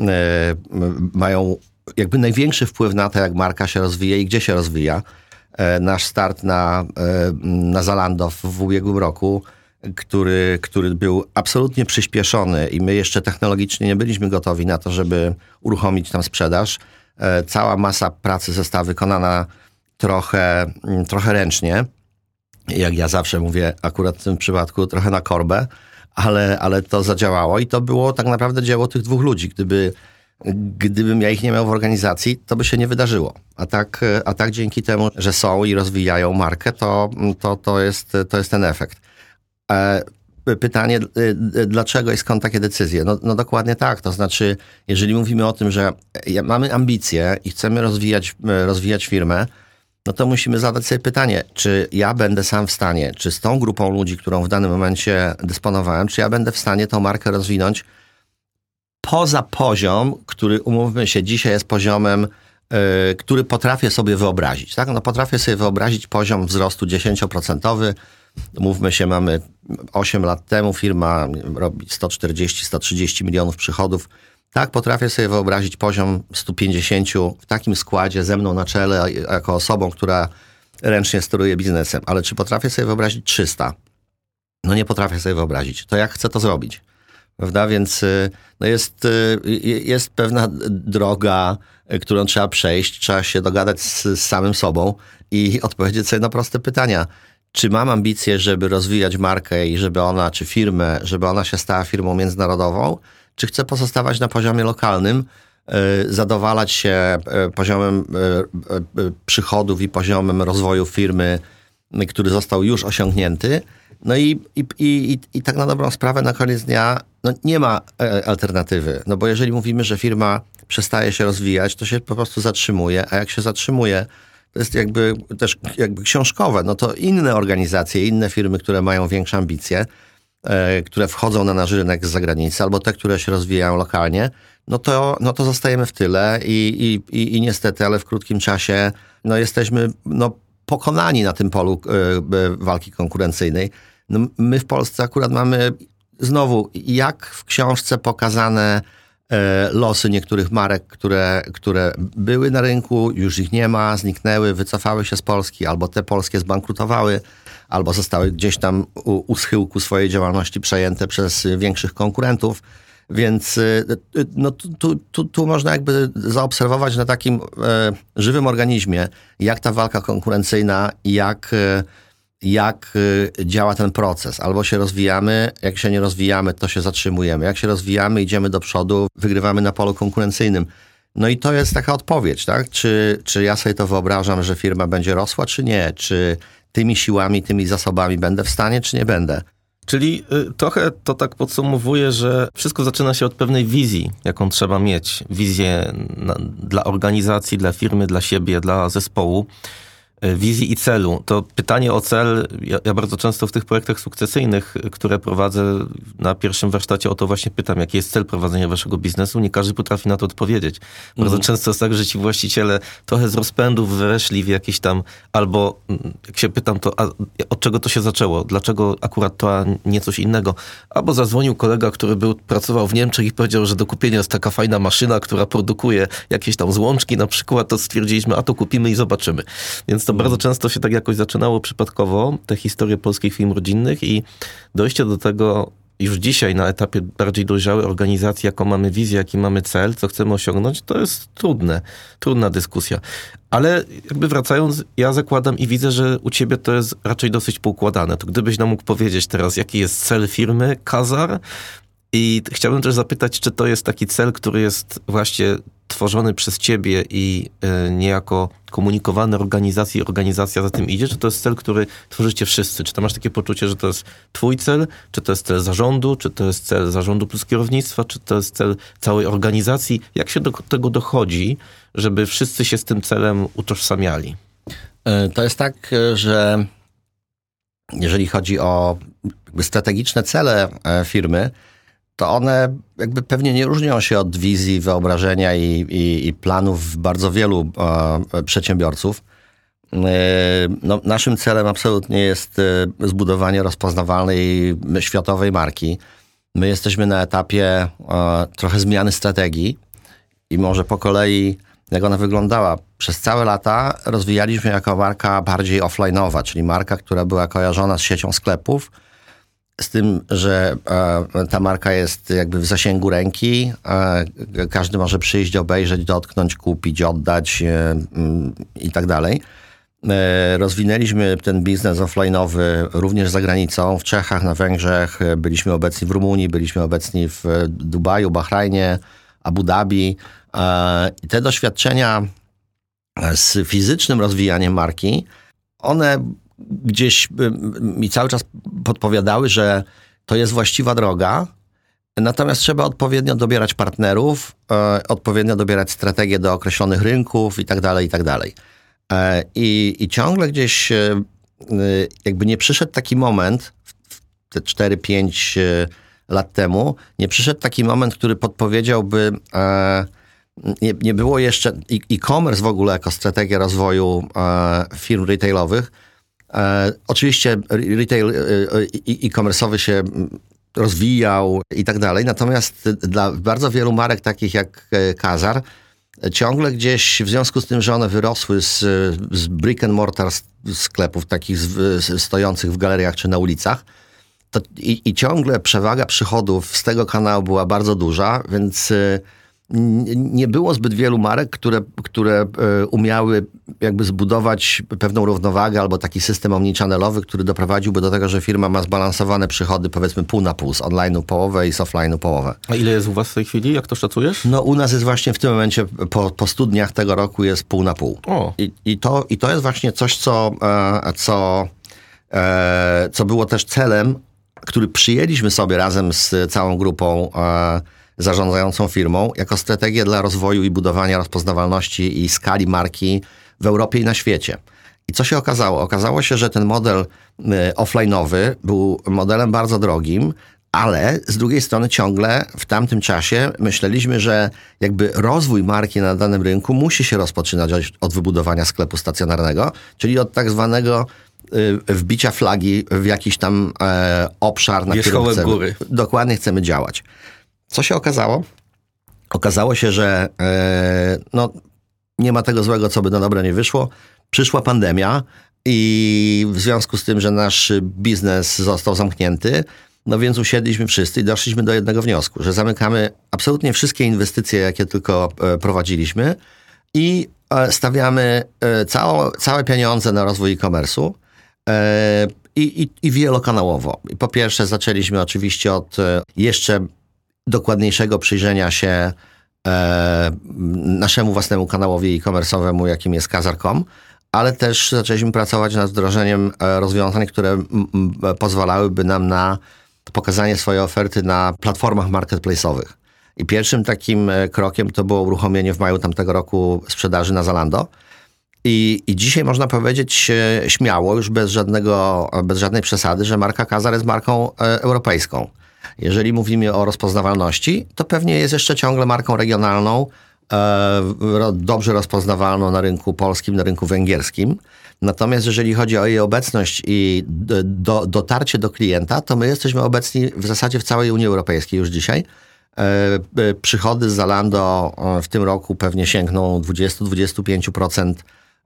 mają jakby największy wpływ na to, jak marka się rozwija i gdzie się rozwija. Nasz start na Zalando w ubiegłym roku, który był absolutnie przyspieszony i my jeszcze technologicznie nie byliśmy gotowi na to, żeby uruchomić tam sprzedaż. Cała masa pracy została wykonana trochę ręcznie. Jak ja zawsze mówię, akurat w tym przypadku trochę na korbę, ale to zadziałało i to było tak naprawdę dzieło tych dwóch ludzi. Gdybym ja ich nie miał w organizacji, to by się nie wydarzyło. A tak dzięki temu, że są i rozwijają markę, to jest ten efekt. Pytanie, dlaczego i skąd takie decyzje? No dokładnie tak. To znaczy, jeżeli mówimy o tym, że mamy ambicje i chcemy rozwijać firmę, no to musimy zadać sobie pytanie, czy ja będę sam w stanie, czy z tą grupą ludzi, którą w danym momencie dysponowałem, czy ja będę w stanie tą markę rozwinąć poza poziom, który, umówmy się, dzisiaj jest poziomem który potrafię sobie wyobrazić. Tak? No, potrafię sobie wyobrazić poziom wzrostu 10%. Mówmy się, mamy 8 lat temu, firma robi 140-130 milionów przychodów. Tak, potrafię sobie wyobrazić poziom 150 w takim składzie ze mną na czele, jako osobą, która ręcznie steruje biznesem. Ale czy potrafię sobie wyobrazić 300? No nie potrafię sobie wyobrazić. To jak chcę to zrobić? Prawda? Więc no jest pewna droga, którą trzeba przejść. Trzeba się dogadać z samym sobą i odpowiedzieć sobie na proste pytania. Czy mam ambicje, żeby rozwijać markę i żeby ona, czy firmę, żeby ona się stała firmą międzynarodową? Czy chcę pozostawać na poziomie lokalnym, zadowalać się poziomem przychodów i poziomem rozwoju firmy, który został już osiągnięty? No i tak na dobrą sprawę na koniec dnia no nie ma alternatywy. No bo jeżeli mówimy, że firma przestaje się rozwijać, to się po prostu zatrzymuje, a jak się zatrzymuje, to jest jakby też książkowe. No to inne organizacje, inne firmy, które mają większe ambicje, które wchodzą na nasz rynek z zagranicy, albo te, które się rozwijają lokalnie, no to zostajemy w tyle i niestety, ale w krótkim czasie no jesteśmy pokonani na tym polu walki konkurencyjnej. No, my w Polsce akurat mamy znowu, jak w książce pokazane losy niektórych marek, które były na rynku, już ich nie ma, zniknęły, wycofały się z Polski, albo te polskie zbankrutowały, albo zostały gdzieś tam u schyłku swojej działalności przejęte przez większych konkurentów. Więc no, tu można jakby zaobserwować na takim żywym organizmie, jak ta walka konkurencyjna, jak działa ten proces. Albo się rozwijamy, jak się nie rozwijamy, to się zatrzymujemy. Jak się rozwijamy, idziemy do przodu, wygrywamy na polu konkurencyjnym. No i to jest taka odpowiedź, tak? Czy ja sobie to wyobrażam, że firma będzie rosła, czy nie? Czy tymi siłami, tymi zasobami będę w stanie, czy nie będę? Czyli trochę to tak podsumowuje, że wszystko zaczyna się od pewnej wizji, jaką trzeba mieć. Wizję dla organizacji, dla firmy, dla siebie, dla zespołu. Wizji i celu. To pytanie o cel, ja bardzo często w tych projektach sukcesyjnych, które prowadzę na pierwszym warsztacie, o to właśnie pytam, jaki jest cel prowadzenia waszego biznesu. Nie każdy potrafi na to odpowiedzieć. Bardzo często jest tak, że ci właściciele trochę z rozpędów weszli w jakieś tam, albo jak się pytam, to od czego to się zaczęło? Dlaczego akurat to, a nie coś innego? Albo zadzwonił kolega, który pracował w Niemczech i powiedział, że do kupienia jest taka fajna maszyna, która produkuje jakieś tam złączki na przykład, to stwierdziliśmy, a to kupimy i zobaczymy. Więc to bardzo często się tak jakoś zaczynało przypadkowo, te historie polskich firm rodzinnych i dojście do tego już dzisiaj na etapie bardziej dojrzałej organizacji, jaką mamy wizję, jaki mamy cel, co chcemy osiągnąć, to jest trudna dyskusja. Ale jakby wracając, ja zakładam i widzę, że u ciebie to jest raczej dosyć poukładane. To gdybyś nam mógł powiedzieć teraz, jaki jest cel firmy Kazar? I chciałbym też zapytać, czy to jest taki cel, który jest właśnie tworzony przez ciebie i niejako komunikowany organizacji i organizacja za tym idzie, czy to jest cel, który tworzycie wszyscy? Czy to masz takie poczucie, że to jest twój cel, czy to jest cel zarządu, czy to jest cel zarządu plus kierownictwa, czy to jest cel całej organizacji? Jak się do tego dochodzi, żeby wszyscy się z tym celem utożsamiali? To jest tak, że jeżeli chodzi o strategiczne cele firmy, to one jakby pewnie nie różnią się od wizji, wyobrażenia i planów bardzo wielu przedsiębiorców. No, naszym celem absolutnie jest zbudowanie rozpoznawalnej światowej marki. My jesteśmy na etapie trochę zmiany strategii i może po kolei jak ona wyglądała. Przez całe lata rozwijaliśmy jako marka bardziej offline'owa, czyli marka, która była kojarzona z siecią sklepów, z tym, że ta marka jest jakby w zasięgu ręki. Każdy może przyjść, obejrzeć, dotknąć, kupić, oddać i tak dalej. Rozwinęliśmy ten biznes offline'owy również za granicą, w Czechach, na Węgrzech. Byliśmy obecni w Rumunii, byliśmy obecni w Dubaju, Bahrajnie, Abu Dhabi. I te doświadczenia z fizycznym rozwijaniem marki, one gdzieś mi cały czas podpowiadały, że to jest właściwa droga, natomiast trzeba odpowiednio dobierać partnerów, odpowiednio dobierać strategię do określonych rynków i tak dalej, i tak dalej. I ciągle gdzieś jakby nie przyszedł taki moment, te 4-5 lat temu, nie przyszedł taki moment, który podpowiedziałby nie było jeszcze e-commerce w ogóle jako strategia rozwoju firm retailowych. Oczywiście retail e-commerce'owy się rozwijał i tak dalej, natomiast dla bardzo wielu marek takich jak Kazar ciągle gdzieś w związku z tym, że one wyrosły z brick and mortar sklepów takich stojących w galeriach czy na ulicach, to i ciągle przewaga przychodów z tego kanału była bardzo duża, więc nie było zbyt wielu marek, które umiały jakby zbudować pewną równowagę albo taki system omnichannel'owy, który doprowadziłby do tego, że firma ma zbalansowane przychody powiedzmy pół na pół, z online'u połowę i z offline'u połowę. A ile jest u was w tej chwili? Jak to szacujesz? No u nas jest właśnie w tym momencie, po 100 dniach tego roku jest pół na pół. O. I to jest właśnie coś, co było też celem, który przyjęliśmy sobie razem z całą grupą zarządzającą firmą jako strategię dla rozwoju i budowania rozpoznawalności i skali marki w Europie i na świecie. I co się okazało? Okazało się, że ten model offline'owy był modelem bardzo drogim, ale z drugiej strony ciągle w tamtym czasie myśleliśmy, że jakby rozwój marki na danym rynku musi się rozpoczynać od wybudowania sklepu stacjonarnego, czyli od tak zwanego wbicia flagi w jakiś tam obszar, na którym dokładnie chcemy działać. Co się okazało? Okazało się, że nie ma tego złego, co by na dobre nie wyszło. Przyszła pandemia i w związku z tym, że nasz biznes został zamknięty, no więc usiedliśmy wszyscy i doszliśmy do jednego wniosku, że zamykamy absolutnie wszystkie inwestycje, jakie tylko prowadziliśmy i stawiamy całe pieniądze na rozwój e-commerce'u. I wielokanałowo. I po pierwsze zaczęliśmy oczywiście od jeszcze dokładniejszego przyjrzenia się naszemu własnemu kanałowi e-commerce'owemu, jakim jest Kazar.com, ale też zaczęliśmy pracować nad wdrożeniem rozwiązań, które pozwalałyby nam na pokazanie swojej oferty na platformach marketplace'owych. I pierwszym takim krokiem to było uruchomienie w maju tamtego roku sprzedaży na Zalando. I dzisiaj można powiedzieć śmiało, już bez żadnej przesady, że marka Kazar jest marką europejską. Jeżeli mówimy o rozpoznawalności, to pewnie jest jeszcze ciągle marką regionalną, dobrze rozpoznawalną na rynku polskim, na rynku węgierskim. Natomiast jeżeli chodzi o jej obecność i dotarcie do klienta, to my jesteśmy obecni w zasadzie w całej Unii Europejskiej już dzisiaj. Przychody z Zalando w tym roku pewnie sięgną 20-25%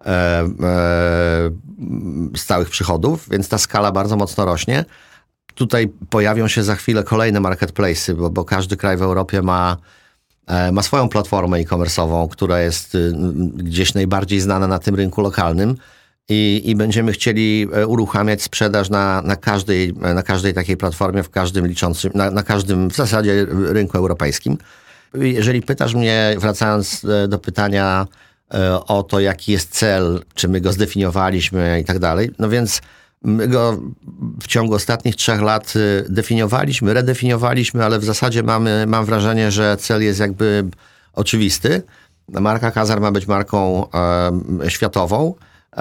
stałych przychodów, więc ta skala bardzo mocno rośnie. Tutaj pojawią się za chwilę kolejne marketplace'y, bo każdy kraj w Europie ma swoją platformę e-commerce'ową, która jest gdzieś najbardziej znana na tym rynku lokalnym i będziemy chcieli uruchamiać sprzedaż na każdej takiej platformie, w każdym liczącym, na każdym w zasadzie rynku europejskim. Jeżeli pytasz mnie, wracając do pytania o to, jaki jest cel, czy my go zdefiniowaliśmy i tak dalej, no więc my go w ciągu ostatnich 3 lat definiowaliśmy, redefiniowaliśmy, ale w zasadzie mam wrażenie, że cel jest jakby oczywisty. Marka Kazar ma być marką światową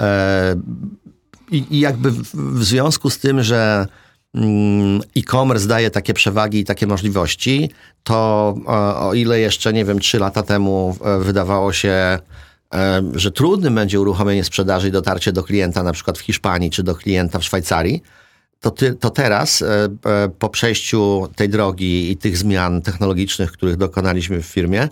i jakby w związku z tym, że e-commerce daje takie przewagi i takie możliwości, to o ile jeszcze, nie wiem, 3 lata temu wydawało się, że trudnym będzie uruchomienie sprzedaży i dotarcie do klienta na przykład w Hiszpanii czy do klienta w Szwajcarii, to teraz po przejściu tej drogi i tych zmian technologicznych, których dokonaliśmy w firmie,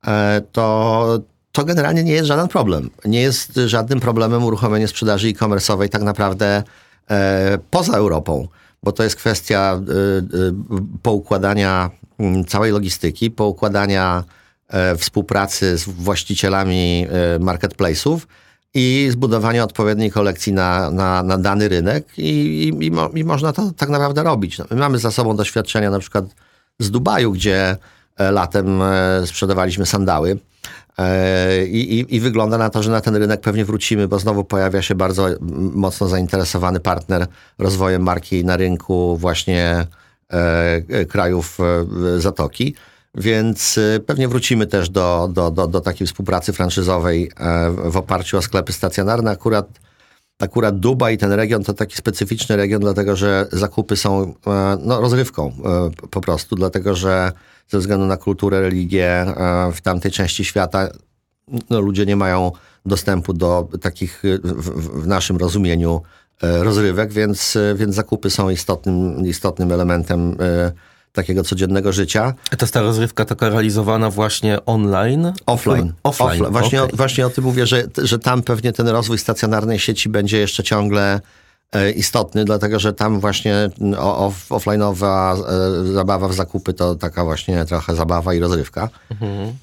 to generalnie nie jest żaden problem. Nie jest żadnym problemem uruchomienie sprzedaży e-commerce'owej tak naprawdę poza Europą, bo to jest kwestia poukładania całej logistyki, poukładania współpracy z właścicielami marketplace'ów i zbudowania odpowiedniej kolekcji na dany rynek i można to tak naprawdę robić. My mamy za sobą doświadczenia na przykład z Dubaju, gdzie latem sprzedawaliśmy sandały i wygląda na to, że na ten rynek pewnie wrócimy, bo znowu pojawia się bardzo mocno zainteresowany partner rozwojem marki na rynku właśnie krajów Zatoki. Więc pewnie wrócimy też do takiej współpracy franszyzowej w oparciu o sklepy stacjonarne. Akurat Dubaj, ten region to taki specyficzny region, dlatego że zakupy są rozrywką po prostu, dlatego że ze względu na kulturę, religię w tamtej części świata. No, ludzie nie mają dostępu do takich w naszym rozumieniu rozrywek, więc zakupy są istotnym elementem takiego codziennego życia. To jest ta rozrywka taka realizowana właśnie online? Offline. Okay. Właśnie o tym mówię, że tam pewnie ten rozwój stacjonarnej sieci będzie jeszcze ciągle istotny, dlatego że tam właśnie offline'owa zabawa w zakupy to taka właśnie trochę zabawa i rozrywka. Mhm.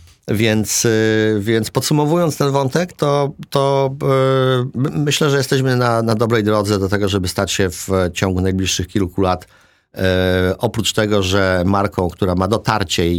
Więc podsumowując ten wątek, to myślę, że jesteśmy na dobrej drodze do tego, żeby stać się w ciągu najbliższych kilku lat oprócz tego, że marką, która ma dotarcie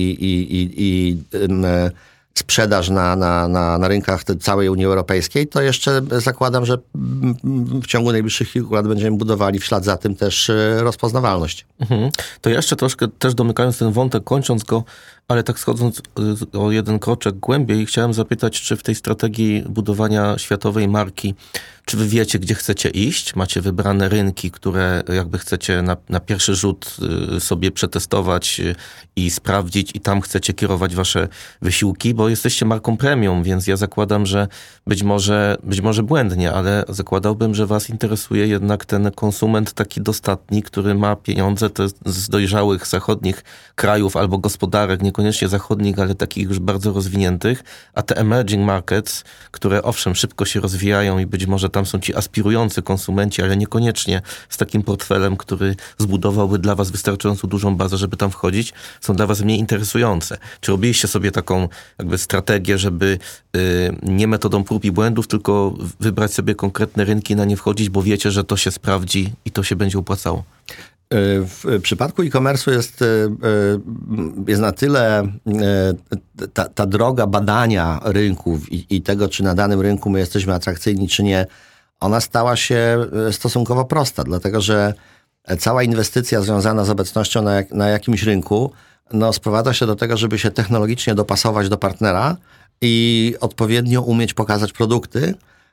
i sprzedaż na rynkach całej Unii Europejskiej, to jeszcze zakładam, że w ciągu najbliższych kilku lat będziemy budowali w ślad za tym też rozpoznawalność. Mhm. To ja jeszcze troszkę też domykając ten wątek, kończąc go, ale tak schodząc o jeden kroczek głębiej, chciałem zapytać, czy w tej strategii budowania światowej marki, czy wy wiecie, gdzie chcecie iść? Macie wybrane rynki, które jakby chcecie na pierwszy rzut sobie przetestować i sprawdzić i tam chcecie kierować wasze wysiłki, bo jesteście marką premium, więc ja zakładam, że być może błędnie, ale zakładałbym, że was interesuje jednak ten konsument taki dostatni, który ma pieniądze z dojrzałych zachodnich krajów albo gospodarek, niekoniecznie zachodnich, ale takich już bardzo rozwiniętych, a te emerging markets, które owszem szybko się rozwijają i być może tam są ci aspirujący konsumenci, ale niekoniecznie z takim portfelem, który zbudowałby dla was wystarczająco dużą bazę, żeby tam wchodzić, są dla was mniej interesujące. Czy robiliście sobie taką jakby strategię, żeby nie metodą prób i błędów, tylko wybrać sobie konkretne rynki, na nie wchodzić, bo wiecie, że to się sprawdzi i to się będzie opłacało? W przypadku e-commerce'u jest na tyle ta droga badania rynków i tego, czy na danym rynku my jesteśmy atrakcyjni, czy nie, ona stała się stosunkowo prosta, dlatego że cała inwestycja związana z obecnością na jakimś rynku sprowadza się do tego, żeby się technologicznie dopasować do partnera i odpowiednio umieć pokazać produkty.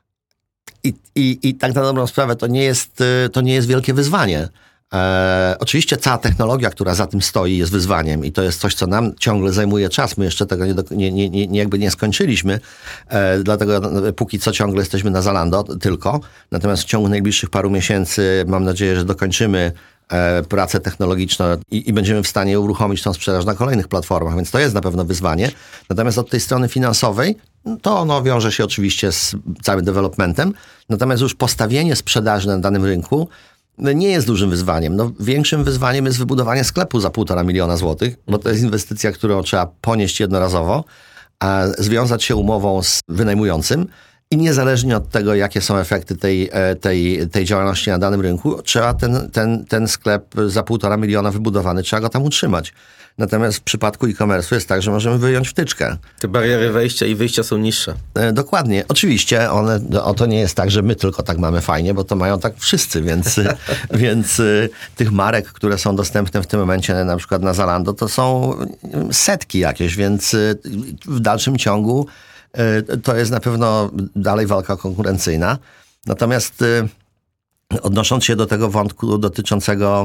I tak na dobrą sprawę to nie jest wielkie wyzwanie. Oczywiście cała technologia, która za tym stoi, jest wyzwaniem i to jest coś, co nam ciągle zajmuje czas. My jeszcze tego nie skończyliśmy, dlatego póki co ciągle jesteśmy na Zalando tylko. Natomiast w ciągu najbliższych paru miesięcy mam nadzieję, że dokończymy pracę technologiczną i będziemy w stanie uruchomić tą sprzedaż na kolejnych platformach, więc to jest na pewno wyzwanie. Natomiast od tej strony finansowej to ono wiąże się oczywiście z całym developmentem, natomiast już postawienie sprzedaży na danym rynku nie jest dużym wyzwaniem. Większym wyzwaniem jest wybudowanie sklepu za 1,5 miliona złotych, bo to jest inwestycja, którą trzeba ponieść jednorazowo, a związać się umową z wynajmującym i niezależnie od tego, jakie są efekty tej działalności na danym rynku, trzeba ten sklep za 1,5 miliona wybudowany, trzeba go tam utrzymać. Natomiast w przypadku e-commerce'u jest tak, że możemy wyjąć wtyczkę. Te bariery wejścia i wyjścia są niższe. Dokładnie. Oczywiście to nie jest tak, że my tylko tak mamy fajnie, bo to mają tak wszyscy, więc tych marek, które są dostępne w tym momencie na przykład na Zalando, to są setki jakieś, więc w dalszym ciągu to jest na pewno dalej walka konkurencyjna. Natomiast odnosząc się do tego wątku dotyczącego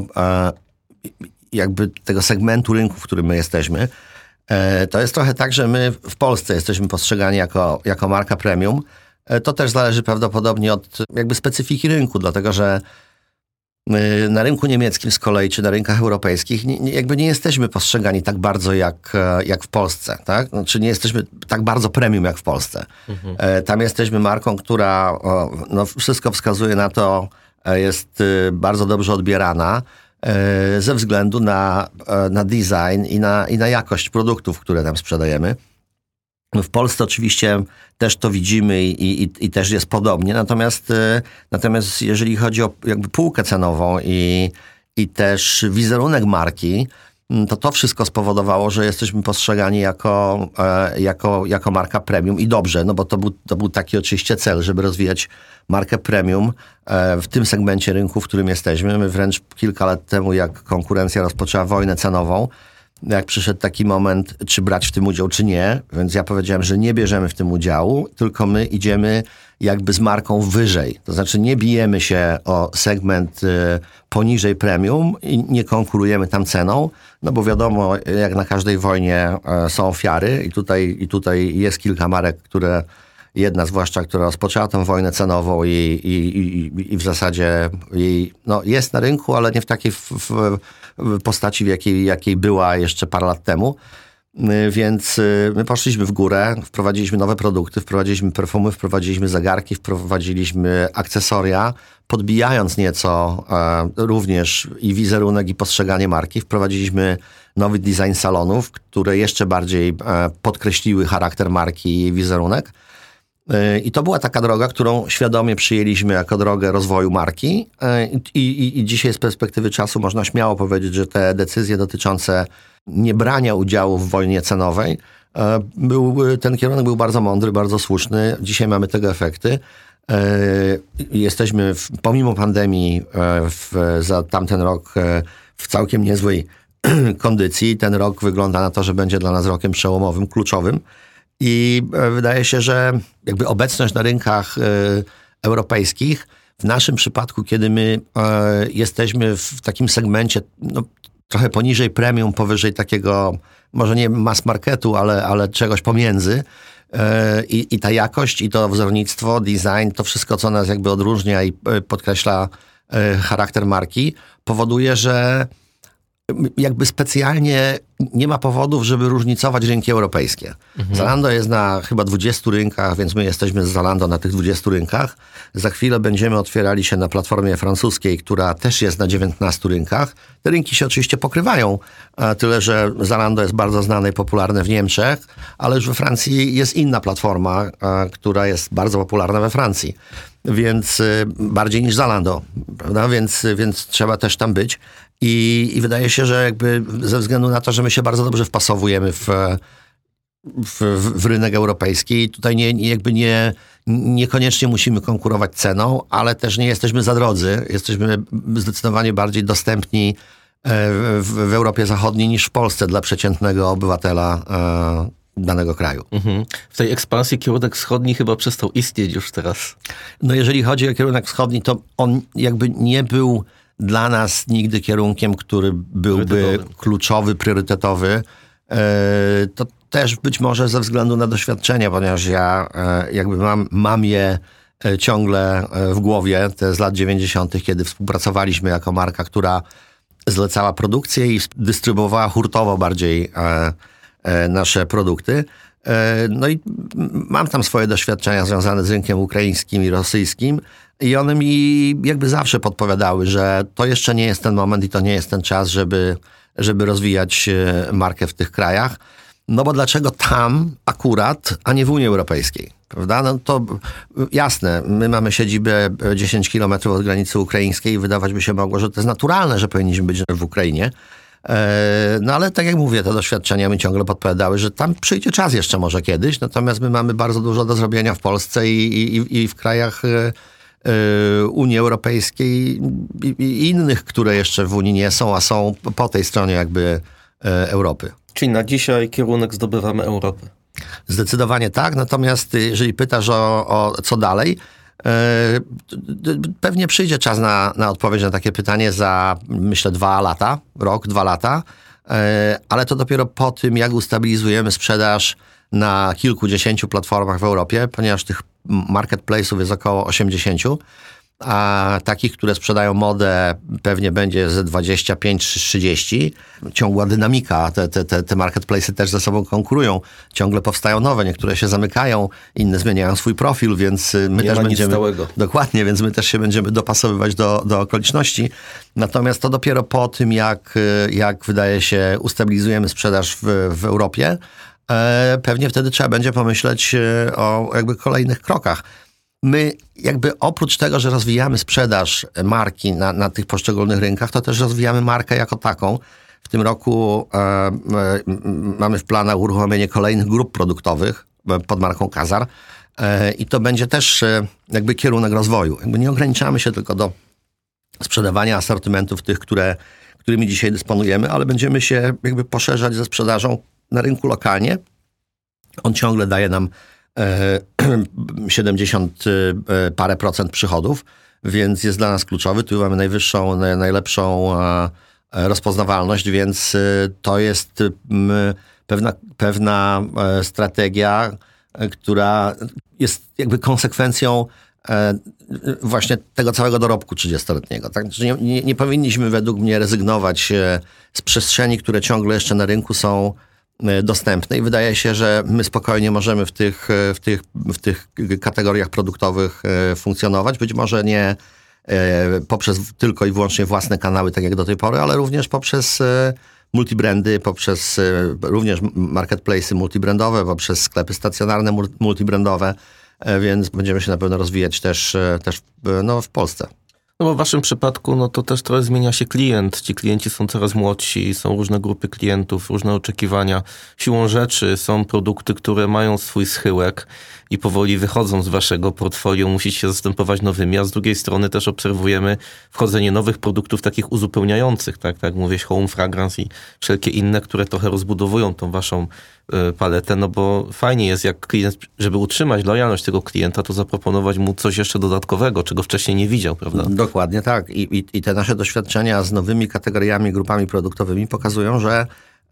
jakby tego segmentu rynku, w którym my jesteśmy, to jest trochę tak, że my w Polsce jesteśmy postrzegani jako marka premium. To też zależy prawdopodobnie od jakby specyfiki rynku, dlatego że na rynku niemieckim z kolei, czy na rynkach europejskich jakby nie jesteśmy postrzegani tak bardzo jak w Polsce, tak? Czy nie jesteśmy tak bardzo premium jak w Polsce. Mhm. Tam jesteśmy marką, która wszystko wskazuje na to, jest bardzo dobrze odbierana ze względu na design i na jakość produktów, które tam sprzedajemy. W Polsce oczywiście też to widzimy i też jest podobnie, natomiast jeżeli chodzi o jakby półkę cenową i też wizerunek marki, to wszystko spowodowało, że jesteśmy postrzegani jako marka premium i dobrze, bo to był taki oczywiście cel, żeby rozwijać markę premium w tym segmencie rynku, w którym jesteśmy. My wręcz kilka lat temu, jak konkurencja rozpoczęła wojnę cenową, jak przyszedł taki moment, czy brać w tym udział, czy nie. Więc ja powiedziałem, że nie bierzemy w tym udziału, tylko my idziemy jakby z marką wyżej. To znaczy nie bijemy się o segment poniżej premium i nie konkurujemy tam ceną, no bo wiadomo, jak na każdej wojnie są ofiary i tutaj jest kilka marek, jedna zwłaszcza, która rozpoczęła tę wojnę cenową i w zasadzie jest na rynku, ale nie w takiej w postaci, w jakiej była jeszcze parę lat temu. Więc my poszliśmy w górę, wprowadziliśmy nowe produkty, wprowadziliśmy perfumy, wprowadziliśmy zegarki, wprowadziliśmy akcesoria, podbijając nieco również i wizerunek, i postrzeganie marki. Wprowadziliśmy nowy design salonów, które jeszcze bardziej podkreśliły charakter marki i jej wizerunek. I to była taka droga, którą świadomie przyjęliśmy jako drogę rozwoju marki i dzisiaj z perspektywy czasu można śmiało powiedzieć, że te decyzje dotyczące niebrania udziału w wojnie cenowej, ten kierunek był bardzo mądry, bardzo słuszny. Dzisiaj mamy tego efekty. Jesteśmy pomimo pandemii za tamten rok w całkiem niezłej kondycji. Ten rok wygląda na to, że będzie dla nas rokiem przełomowym, kluczowym. I wydaje się, że jakby obecność na rynkach europejskich, w naszym przypadku, kiedy my jesteśmy w takim segmencie trochę poniżej premium, powyżej takiego, może nie mass marketu, ale czegoś pomiędzy, i ta jakość, i to wzornictwo, design, to wszystko, co nas jakby odróżnia i podkreśla charakter marki, powoduje, że jakby specjalnie nie ma powodów, żeby różnicować rynki europejskie. Zalando jest na chyba 20 rynkach, więc my jesteśmy z Zalando na tych 20 rynkach. Za chwilę będziemy otwierali się na platformie francuskiej, która też jest na 19 rynkach. Te rynki się oczywiście pokrywają, tyle że Zalando jest bardzo znane i popularne w Niemczech, ale już we Francji jest inna platforma, która jest bardzo popularna we Francji. Więc bardziej niż Zalando, prawda? Więc trzeba też tam być. I wydaje się, że jakby ze względu na to, że my się bardzo dobrze wpasowujemy w rynek europejski, tutaj niekoniecznie musimy konkurować ceną, ale też nie jesteśmy za drodzy. Jesteśmy zdecydowanie bardziej dostępni w Europie Zachodniej niż w Polsce dla przeciętnego obywatela danego kraju. W tej ekspansji kierunek wschodni chyba przestał istnieć już teraz. No jeżeli chodzi o kierunek wschodni, to on jakby nie był dla nas nigdy kierunkiem, który byłby kluczowy, priorytetowy. To też być może ze względu na doświadczenia, ponieważ ja jakby mam je ciągle w głowie, te z lat 90., kiedy współpracowaliśmy jako marka, która zlecała produkcję i dystrybuowała hurtowo bardziej nasze produkty. No i mam tam swoje doświadczenia związane z rynkiem ukraińskim i rosyjskim i one mi jakby zawsze podpowiadały, że to jeszcze nie jest ten moment i to nie jest ten czas, żeby rozwijać markę w tych krajach. No bo dlaczego tam akurat, a nie w Unii Europejskiej? Prawda? No to jasne, my mamy siedzibę 10 kilometrów od granicy ukraińskiej i wydawać by się mogło, że to jest naturalne, że powinniśmy być w Ukrainie. No ale tak jak mówię, te doświadczenia mi ciągle podpowiadały, że tam przyjdzie czas jeszcze może kiedyś, natomiast my mamy bardzo dużo do zrobienia w Polsce i w krajach Unii Europejskiej i innych, które jeszcze w Unii nie są, a są po tej stronie jakby Europy. Czyli na dzisiaj kierunek zdobywamy Europę. Zdecydowanie tak, natomiast jeżeli pytasz o co dalej, pewnie przyjdzie czas na odpowiedź na takie pytanie za, myślę, 2 lata, rok, 2 lata, ale to dopiero po tym, jak ustabilizujemy sprzedaż na kilkudziesięciu platformach w Europie, ponieważ tych marketplace'ów jest około 80, a takich, które sprzedają modę, pewnie będzie ze 25-30. Ciągła dynamika, te marketplace'y też ze sobą konkurują. Ciągle powstają nowe, niektóre się zamykają, inne zmieniają swój profil, więc my też będziemy... Stałego. Dokładnie, więc my też się będziemy dopasowywać do okoliczności. Natomiast to dopiero po tym, jak wydaje się, ustabilizujemy sprzedaż w Europie, pewnie wtedy trzeba będzie pomyśleć o jakby kolejnych krokach. My jakby oprócz tego, że rozwijamy sprzedaż marki na tych poszczególnych rynkach, to też rozwijamy markę jako taką. W tym roku mamy w planach uruchomienie kolejnych grup produktowych pod marką Kazar i to będzie też jakby kierunek rozwoju. Jakby nie ograniczamy się tylko do sprzedawania asortymentów tych, którymi dzisiaj dysponujemy, ale będziemy się jakby poszerzać ze sprzedażą na rynku lokalnie. On ciągle daje nam 70 parę procent przychodów, więc jest dla nas kluczowy. Tu mamy najlepszą rozpoznawalność, więc to jest pewna strategia, która jest jakby konsekwencją właśnie tego całego dorobku 30-letniego. Tak? Nie powinniśmy według mnie rezygnować z przestrzeni, które ciągle jeszcze na rynku są dostępne i wydaje się, że my spokojnie możemy w tych kategoriach produktowych funkcjonować. Być może nie poprzez tylko i wyłącznie własne kanały, tak jak do tej pory, ale również poprzez multibrandy, poprzez również marketplace'y multibrandowe, poprzez sklepy stacjonarne multibrandowe, więc będziemy się na pewno rozwijać też w Polsce. No bo w waszym przypadku, no to też trochę zmienia się klient. Ci klienci są coraz młodsi, są różne grupy klientów, różne oczekiwania. Siłą rzeczy są produkty, które mają swój schyłek i powoli wychodzą z waszego portfolio, musicie zastępować nowymi, a z drugiej strony też obserwujemy wchodzenie nowych produktów takich uzupełniających, tak jak mówię, home fragrance i wszelkie inne, które trochę rozbudowują tą waszą paletę, no bo fajnie jest, jak klient, żeby utrzymać lojalność tego klienta, to zaproponować mu coś jeszcze dodatkowego, czego wcześniej nie widział, prawda? Dokładnie tak. I te nasze doświadczenia z nowymi kategoriami, grupami produktowymi pokazują, że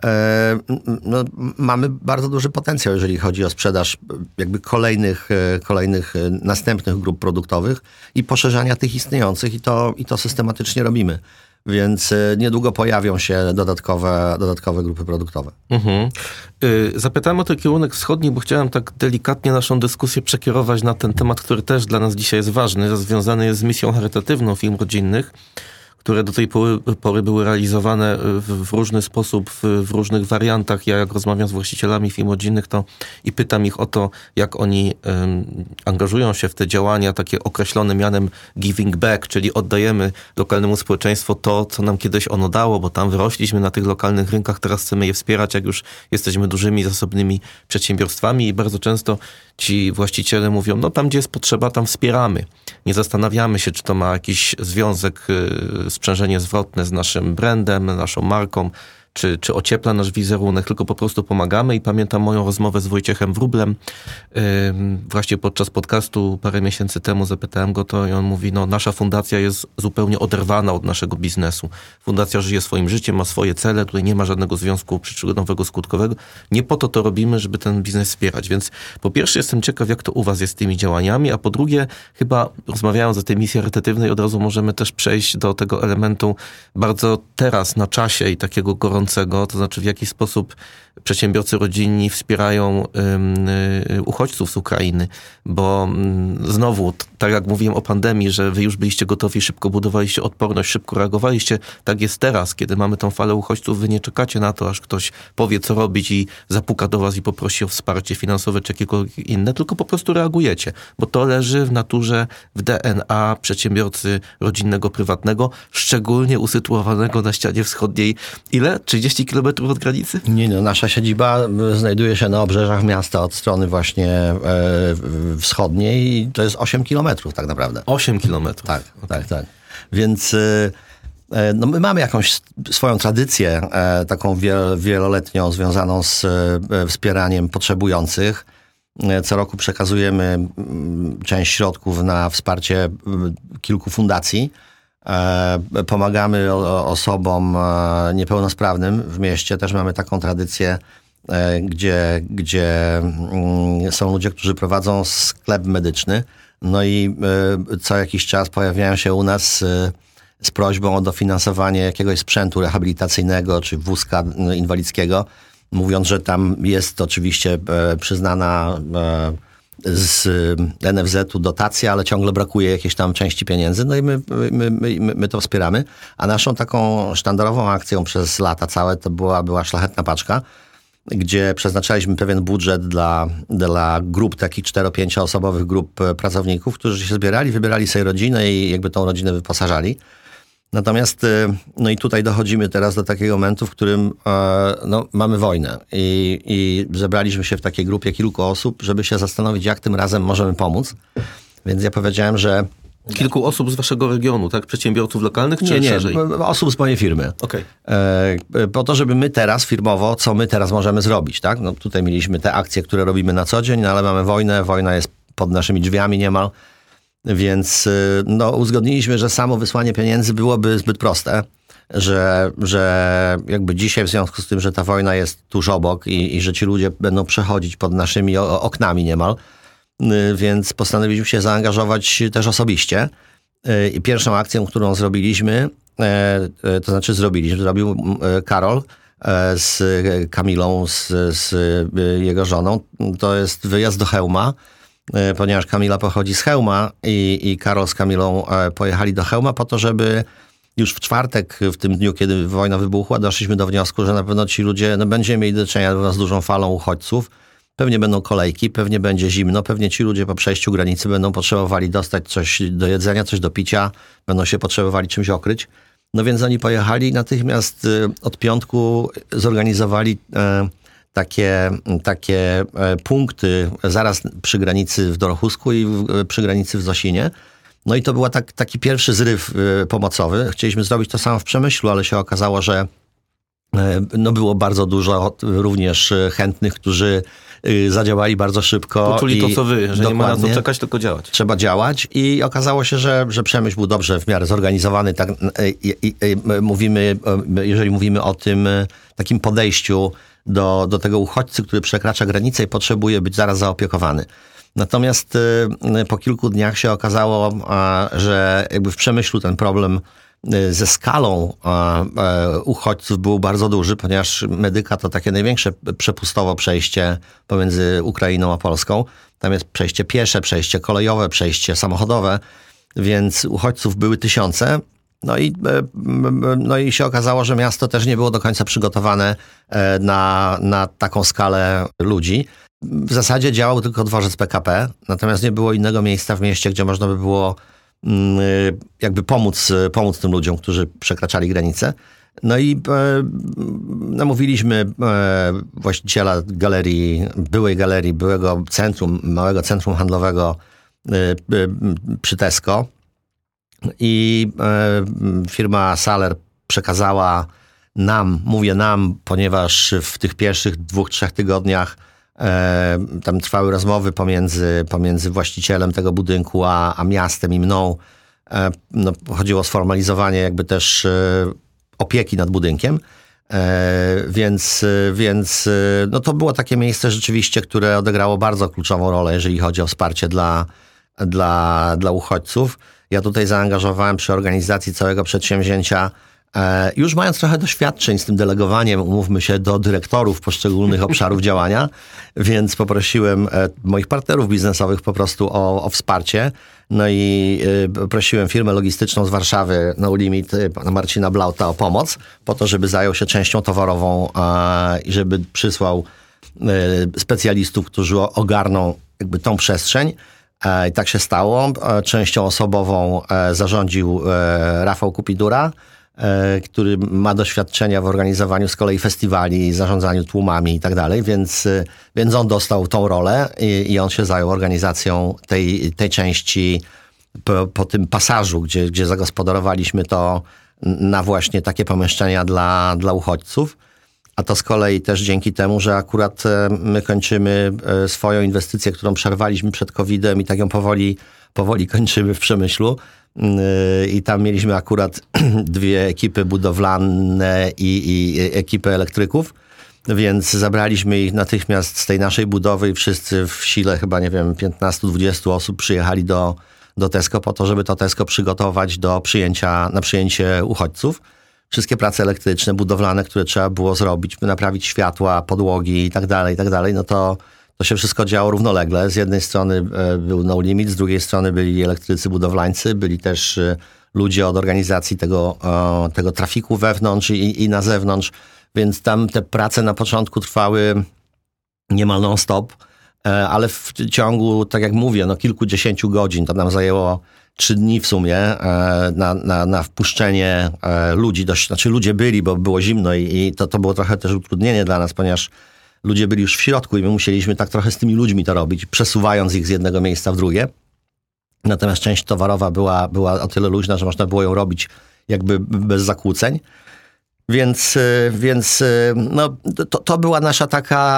mamy bardzo duży potencjał, jeżeli chodzi o sprzedaż jakby kolejnych następnych grup produktowych i poszerzania tych istniejących i to systematycznie robimy. Więc niedługo pojawią się dodatkowe grupy produktowe. Mhm. Zapytałem o ten kierunek wschodni, bo chciałem tak delikatnie naszą dyskusję przekierować na ten temat, który też dla nas dzisiaj jest ważny, związany jest z misją charytatywną firm rodzinnych, które do tej pory były realizowane w różny sposób, w różnych wariantach. Ja jak rozmawiam z właścicielami firm rodzinnych, to i pytam ich o to, jak oni angażują się w te działania takie określone mianem giving back, czyli oddajemy lokalnemu społeczeństwu to, co nam kiedyś ono dało, bo tam wyrośliśmy na tych lokalnych rynkach, teraz chcemy je wspierać, jak już jesteśmy dużymi, zasobnymi przedsiębiorstwami i bardzo często ci właściciele mówią, no tam, gdzie jest potrzeba, tam wspieramy. Nie zastanawiamy się, czy to ma jakiś związek, sprzężenie zwrotne z naszym brandem, naszą marką, czy ociepla nasz wizerunek, tylko po prostu pomagamy. I pamiętam moją rozmowę z Wojciechem Wróblem. Właśnie podczas podcastu parę miesięcy temu zapytałem go to i on mówi, no nasza fundacja jest zupełnie oderwana od naszego biznesu. Fundacja żyje swoim życiem, ma swoje cele, tutaj nie ma żadnego związku przyczynowego, skutkowego. Nie po to robimy, żeby ten biznes wspierać. Więc po pierwsze jestem ciekaw, jak to u was jest z tymi działaniami, a po drugie chyba rozmawiając o tej misji charytatywnej od razu możemy też przejść do tego elementu bardzo teraz na czasie i takiego gorącego, to znaczy w jaki sposób przedsiębiorcy rodzinni wspierają uchodźców z Ukrainy, bo znowu, tak jak mówiłem o pandemii, że wy już byliście gotowi, szybko budowaliście odporność, szybko reagowaliście, tak jest teraz, kiedy mamy tą falę uchodźców, wy nie czekacie na to, aż ktoś powie, co robić i zapuka do was i poprosi o wsparcie finansowe czy jakiekolwiek inne, tylko po prostu reagujecie, bo to leży w naturze, w DNA przedsiębiorcy rodzinnego, prywatnego, szczególnie usytuowanego na ścianie wschodniej. Ile? 30 kilometrów od granicy? Nie, no, nasza siedziba znajduje się na obrzeżach miasta od strony właśnie wschodniej i to jest 8 kilometrów tak naprawdę. 8 kilometrów. Tak, okay. tak. Więc no, my mamy jakąś swoją tradycję taką wieloletnią związaną z wspieraniem potrzebujących. Co roku przekazujemy część środków na wsparcie kilku fundacji. Pomagamy osobom niepełnosprawnym w mieście. Też mamy taką tradycję, gdzie są ludzie, którzy prowadzą sklep medyczny. No i co jakiś czas pojawiają się u nas z prośbą o dofinansowanie jakiegoś sprzętu rehabilitacyjnego czy wózka inwalidzkiego, mówiąc, że tam jest oczywiście przyznana z NFZ-u dotacja, ale ciągle brakuje jakiejś tam części pieniędzy, no i my to wspieramy. A naszą taką sztandarową akcją przez lata całe to była Szlachetna Paczka, gdzie przeznaczaliśmy pewien budżet dla grup, takich 4-5 osobowych grup pracowników, którzy się zbierali, wybierali sobie rodzinę i jakby tą rodzinę wyposażali. Natomiast, no i tutaj dochodzimy teraz do takiego momentu, w którym no, mamy wojnę i zebraliśmy się w takiej grupie kilku osób, żeby się zastanowić, jak tym razem możemy pomóc. Więc ja powiedziałem, że Kilku osób z waszego regionu, tak? Przedsiębiorców lokalnych, czy Nie, szerzej? osób z mojej firmy. Okej. Po to, żeby my teraz firmowo, co my teraz możemy zrobić, tak? No tutaj mieliśmy te akcje, które robimy na co dzień, no ale mamy wojna jest pod naszymi drzwiami niemal, więc no, uzgodniliśmy, że samo wysłanie pieniędzy byłoby zbyt proste, że jakby dzisiaj w związku z tym, że ta wojna jest tuż obok i że ci ludzie będą przechodzić pod naszymi oknami niemal, więc postanowiliśmy się zaangażować też osobiście. I pierwszą akcją, którą zrobiliśmy, zrobił Karol z Kamilą, z jego żoną. To jest wyjazd do Chełma, ponieważ Kamila pochodzi z Chełma i Karol z Kamilą pojechali do Chełma po to, żeby już w czwartek, w tym dniu, kiedy wojna wybuchła, doszliśmy do wniosku, że na pewno ci ludzie będziemy mieli do czynienia z dużą falą uchodźców. Pewnie będą kolejki, pewnie będzie zimno, pewnie ci ludzie po przejściu granicy będą potrzebowali dostać coś do jedzenia, coś do picia, będą się potrzebowali czymś okryć. No więc oni pojechali, natychmiast od piątku zorganizowali takie punkty zaraz przy granicy w Dorochusku i przy granicy w Zosinie. No i to był taki pierwszy zryw pomocowy. Chcieliśmy zrobić to samo w Przemyślu, ale się okazało, że no było bardzo dużo również chętnych, którzy zadziałali bardzo szybko. Poczuli to, co wy, że nie ma na co czekać, tylko działać. Trzeba działać i okazało się, że Przemyśl był dobrze w miarę zorganizowany. Tak, jeżeli mówimy o tym takim podejściu do tego uchodźcy, który przekracza granicę i potrzebuje być zaraz zaopiekowany. Natomiast po kilku dniach się okazało, że jakby w Przemyślu ten problem ze skalą uchodźców był bardzo duży, ponieważ Medyka to takie największe przepustowo przejście pomiędzy Ukrainą a Polską. Tam jest przejście piesze, przejście kolejowe, przejście samochodowe, więc uchodźców były tysiące. No i się okazało, że miasto też nie było do końca przygotowane na taką skalę ludzi. W zasadzie działał tylko dworzec PKP, natomiast nie było innego miejsca w mieście, gdzie można by było jakby pomóc tym ludziom, którzy przekraczali granicę. No i namówiliśmy właściciela byłego centrum, małego centrum handlowego przy Tesco i firma Saler przekazała nam, mówię nam, ponieważ w tych pierwszych 2-3 tygodniach tam trwały rozmowy pomiędzy właścicielem tego budynku a miastem i mną. No, chodziło o sformalizowanie jakby też opieki nad budynkiem. Więc no to było takie miejsce rzeczywiście, które odegrało bardzo kluczową rolę, jeżeli chodzi o wsparcie dla uchodźców. Ja tutaj zaangażowałem przy organizacji całego przedsięwzięcia, już mając trochę doświadczeń z tym delegowaniem, umówmy się, do dyrektorów poszczególnych obszarów działania, więc poprosiłem moich partnerów biznesowych po prostu o wsparcie. No i prosiłem firmę logistyczną z Warszawy, No Limit, pana Marcina Blauta o pomoc, po to, żeby zajął się częścią towarową i żeby przysłał specjalistów, którzy ogarną jakby tą przestrzeń. I tak się stało. Częścią osobową zarządził Rafał Kupidura, który ma doświadczenia w organizowaniu z kolei festiwali, zarządzaniu tłumami i tak dalej, więc on dostał tą rolę i on się zajął organizacją tej części po tym pasażu, gdzie zagospodarowaliśmy to na właśnie takie pomieszczenia dla uchodźców. A to z kolei też dzięki temu, że akurat my kończymy swoją inwestycję, którą przerwaliśmy przed COVID-em i tak ją powoli kończymy w Przemyślu. I tam mieliśmy akurat 2 ekipy budowlane i ekipę elektryków, więc zabraliśmy ich natychmiast z tej naszej budowy i wszyscy w sile chyba, nie wiem, 15-20 osób przyjechali do Tesco po to, żeby to Tesco przygotować na przyjęcie uchodźców. Wszystkie prace elektryczne, budowlane, które trzeba było zrobić, naprawić światła, podłogi i tak dalej, no to się wszystko działo równolegle. Z jednej strony był No Limit, z drugiej strony byli elektrycy budowlańcy, byli też ludzie od organizacji tego trafiku wewnątrz i na zewnątrz, więc tam te prace na początku trwały niemal non-stop, ale w ciągu, tak jak mówię, no kilkudziesięciu godzin, to nam zajęło 3 dni w sumie na wpuszczenie ludzi. Znaczy ludzie byli, bo było zimno i to było trochę też utrudnienie dla nas, ponieważ ludzie byli już w środku i my musieliśmy tak trochę z tymi ludźmi to robić, przesuwając ich z jednego miejsca w drugie. Natomiast część towarowa była o tyle luźna, że można było ją robić jakby bez zakłóceń. Więc no, to była nasza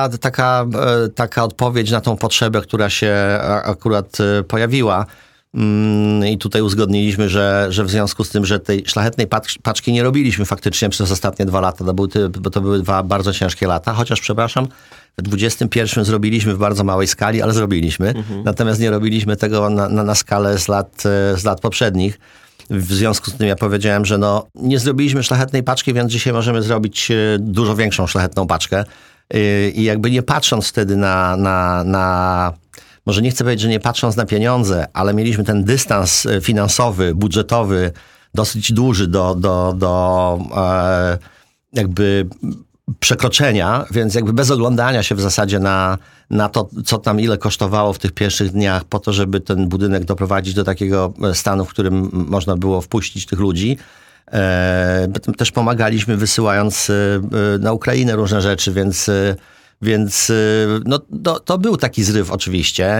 taka odpowiedź na tą potrzebę, która się akurat pojawiła. I tutaj uzgodniliśmy, że w związku z tym, że tej szlachetnej paczki nie robiliśmy faktycznie przez ostatnie 2 lata, bo to były 2 bardzo ciężkie lata, chociaż przepraszam, w 21 zrobiliśmy w bardzo małej skali, ale zrobiliśmy. Natomiast nie robiliśmy tego na skalę z lat poprzednich. W związku z tym ja powiedziałem, że no, nie zrobiliśmy szlachetnej paczki, więc dzisiaj możemy zrobić dużo większą szlachetną paczkę. I jakby nie patrząc wtedy na może nie chcę powiedzieć, że nie patrząc na pieniądze, ale mieliśmy ten dystans finansowy, budżetowy dosyć duży do jakby przekroczenia, więc jakby bez oglądania się w zasadzie na to, co tam ile kosztowało w tych pierwszych dniach po to, żeby ten budynek doprowadzić do takiego stanu, w którym można było wpuścić tych ludzi. Też pomagaliśmy wysyłając na Ukrainę różne rzeczy, więc no, to był taki zryw oczywiście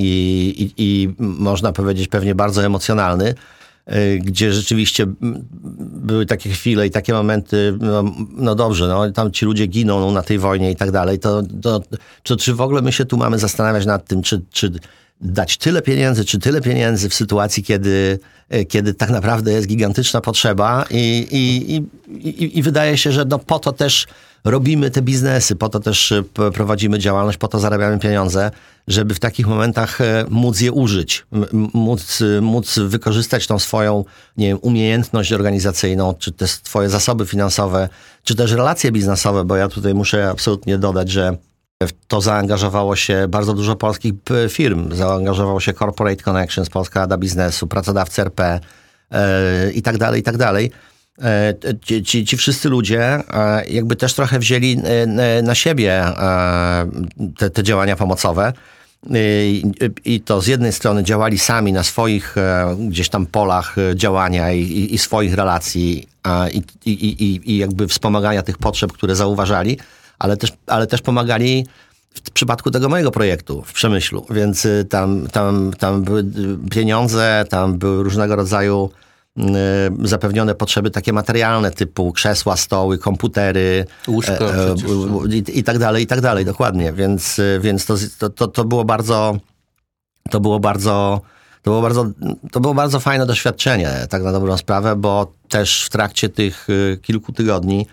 i można powiedzieć pewnie bardzo emocjonalny, gdzie rzeczywiście były takie chwile i takie momenty, no dobrze, no tam ci ludzie giną na tej wojnie i tak dalej, czy w ogóle my się tu mamy zastanawiać nad tym, czy dać tyle pieniędzy w sytuacji, kiedy tak naprawdę jest gigantyczna potrzeba i wydaje się, że no po to też robimy te biznesy, po to też prowadzimy działalność, po to zarabiamy pieniądze, żeby w takich momentach móc je użyć, móc wykorzystać tą swoją, nie wiem, umiejętność organizacyjną, czy te swoje zasoby finansowe, czy też relacje biznesowe, bo ja tutaj muszę absolutnie dodać, że w to zaangażowało się bardzo dużo polskich firm, zaangażowało się Corporate Connections, Polska Rada Biznesu, pracodawcy RP i tak dalej, i tak dalej. Ci wszyscy ludzie jakby też trochę wzięli na siebie te działania pomocowe i to z jednej strony działali sami na swoich gdzieś tam polach działania i swoich relacji i jakby wspomagania tych potrzeb, które zauważali, ale też pomagali w przypadku tego mojego projektu w Przemyślu, więc tam były pieniądze, tam były różnego rodzaju zapewnione potrzeby takie materialne typu krzesła, stoły, komputery, łóżka i tak dalej, dokładnie. Więc to było bardzo fajne doświadczenie, tak na dobrą sprawę, bo też w trakcie tych kilku tygodni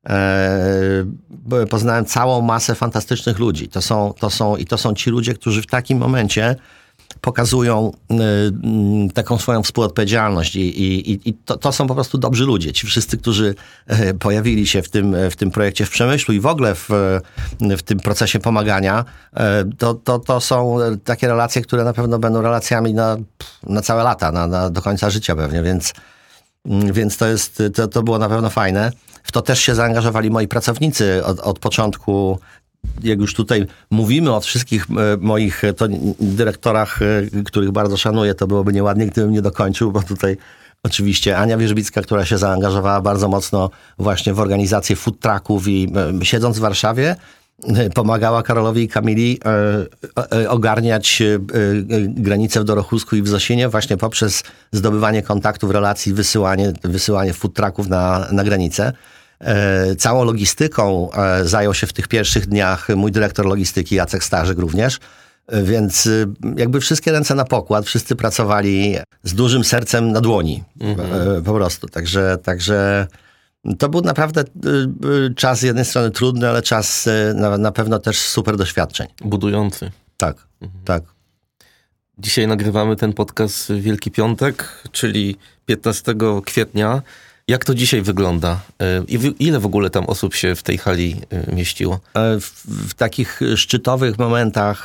poznałem całą masę fantastycznych ludzi. To są ci ludzie, którzy w takim momencie pokazują taką swoją współodpowiedzialność i to są po prostu dobrzy ludzie. Ci wszyscy, którzy pojawili się w tym projekcie w Przemyślu i w ogóle w tym procesie pomagania, to są takie relacje, które na pewno będą relacjami na całe lata, do końca życia pewnie, więc to było na pewno fajne. W to też się zaangażowali moi pracownicy od początku. Jak już tutaj mówimy o wszystkich moich dyrektorach, których bardzo szanuję, to byłoby nieładnie, gdybym nie dokończył, bo tutaj oczywiście Ania Wierzbicka, która się zaangażowała bardzo mocno właśnie w organizację food trucków i siedząc w Warszawie pomagała Karolowi i Kamili ogarniać granice w Dorochusku i w Zosinie właśnie poprzez zdobywanie kontaktów, relacji, wysyłanie food trucków na granicę. Całą logistyką zajął się w tych pierwszych dniach mój dyrektor logistyki Jacek Starzyk również, więc jakby wszystkie ręce na pokład, wszyscy pracowali z dużym sercem na dłoni, po prostu. Także to był naprawdę czas z jednej strony trudny, ale czas na pewno też super doświadczeń. Budujący. Tak, tak. Dzisiaj nagrywamy ten podcast w Wielki Piątek, czyli 15 kwietnia. Jak to dzisiaj wygląda? Ile w ogóle tam osób się w tej hali mieściło? W takich szczytowych momentach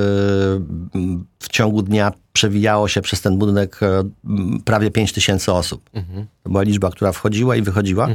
w ciągu dnia przewijało się przez ten budynek prawie 5000 osób. To była liczba, która wchodziła i wychodziła.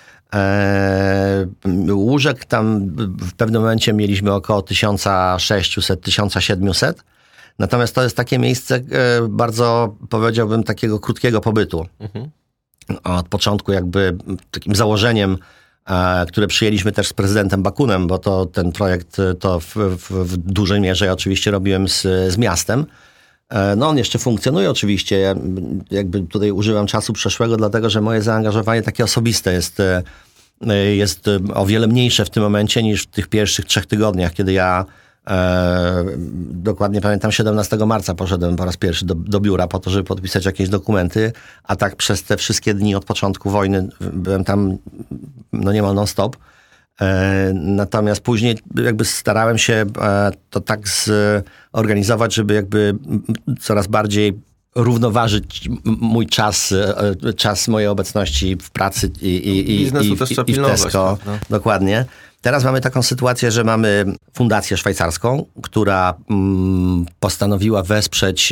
Łóżek tam w pewnym momencie mieliśmy około 1600-1700. Natomiast to jest takie miejsce bardzo, powiedziałbym, takiego krótkiego pobytu. Od początku jakby takim założeniem, które przyjęliśmy też z prezydentem Bakunem, bo ten projekt to w dużej mierze ja oczywiście robiłem z miastem, No on jeszcze funkcjonuje oczywiście. Ja jakby tutaj używam czasu przeszłego, dlatego że moje zaangażowanie takie osobiste jest o wiele mniejsze w tym momencie niż w tych pierwszych 3 tygodniach, kiedy ja dokładnie pamiętam 17 marca poszedłem po raz pierwszy do biura po to, żeby podpisać jakieś dokumenty, a tak przez te wszystkie dni od początku wojny byłem tam niemal non-stop. Natomiast później jakby starałem się to tak zorganizować, żeby jakby coraz bardziej równoważyć mój czas mojej obecności w pracy i w Tesco. Dokładnie. Teraz mamy taką sytuację, że mamy fundację szwajcarską, która postanowiła wesprzeć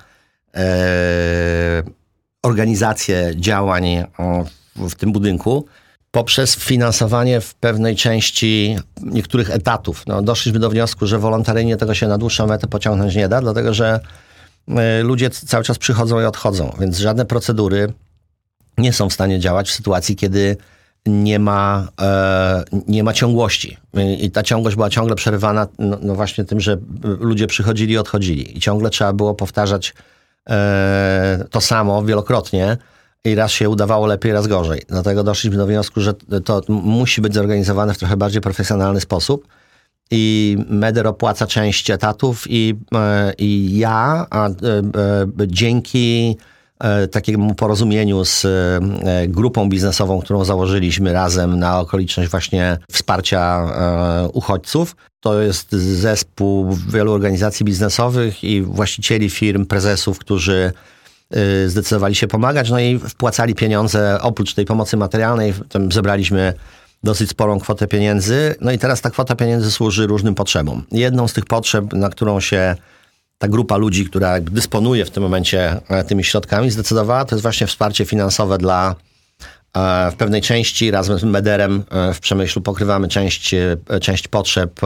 organizację działań w tym budynku poprzez finansowanie w pewnej części niektórych etatów. Doszliśmy do wniosku, że wolontaryjnie tego się na dłuższą metę pociągnąć nie da, dlatego że ludzie cały czas przychodzą i odchodzą, więc żadne procedury nie są w stanie działać w sytuacji, kiedy nie ma ciągłości. I ta ciągłość była ciągle przerywana właśnie tym, że ludzie przychodzili i odchodzili. I ciągle trzeba było powtarzać to samo wielokrotnie i raz się udawało lepiej, raz gorzej. Dlatego doszliśmy do wniosku, że to musi być zorganizowane w trochę bardziej profesjonalny sposób. I Meder opłaca część etatów i ja dzięki takiemu porozumieniu z grupą biznesową, którą założyliśmy razem na okoliczność właśnie wsparcia uchodźców. To jest zespół wielu organizacji biznesowych i właścicieli firm, prezesów, którzy zdecydowali się pomagać, no i wpłacali pieniądze. Oprócz tej pomocy materialnej tam zebraliśmy dosyć sporą kwotę pieniędzy. No i teraz ta kwota pieniędzy służy różnym potrzebom. Jedną z tych potrzeb, na którą się ta grupa ludzi, która dysponuje w tym momencie tymi środkami, zdecydowała, to jest właśnie wsparcie finansowe w pewnej części, razem z Mederem w Przemyślu pokrywamy część potrzeb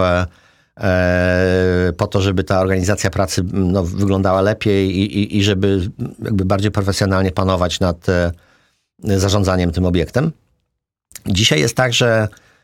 po to, żeby ta organizacja pracy wyglądała lepiej i żeby jakby bardziej profesjonalnie panować nad zarządzaniem tym obiektem. Dzisiaj jest tak, że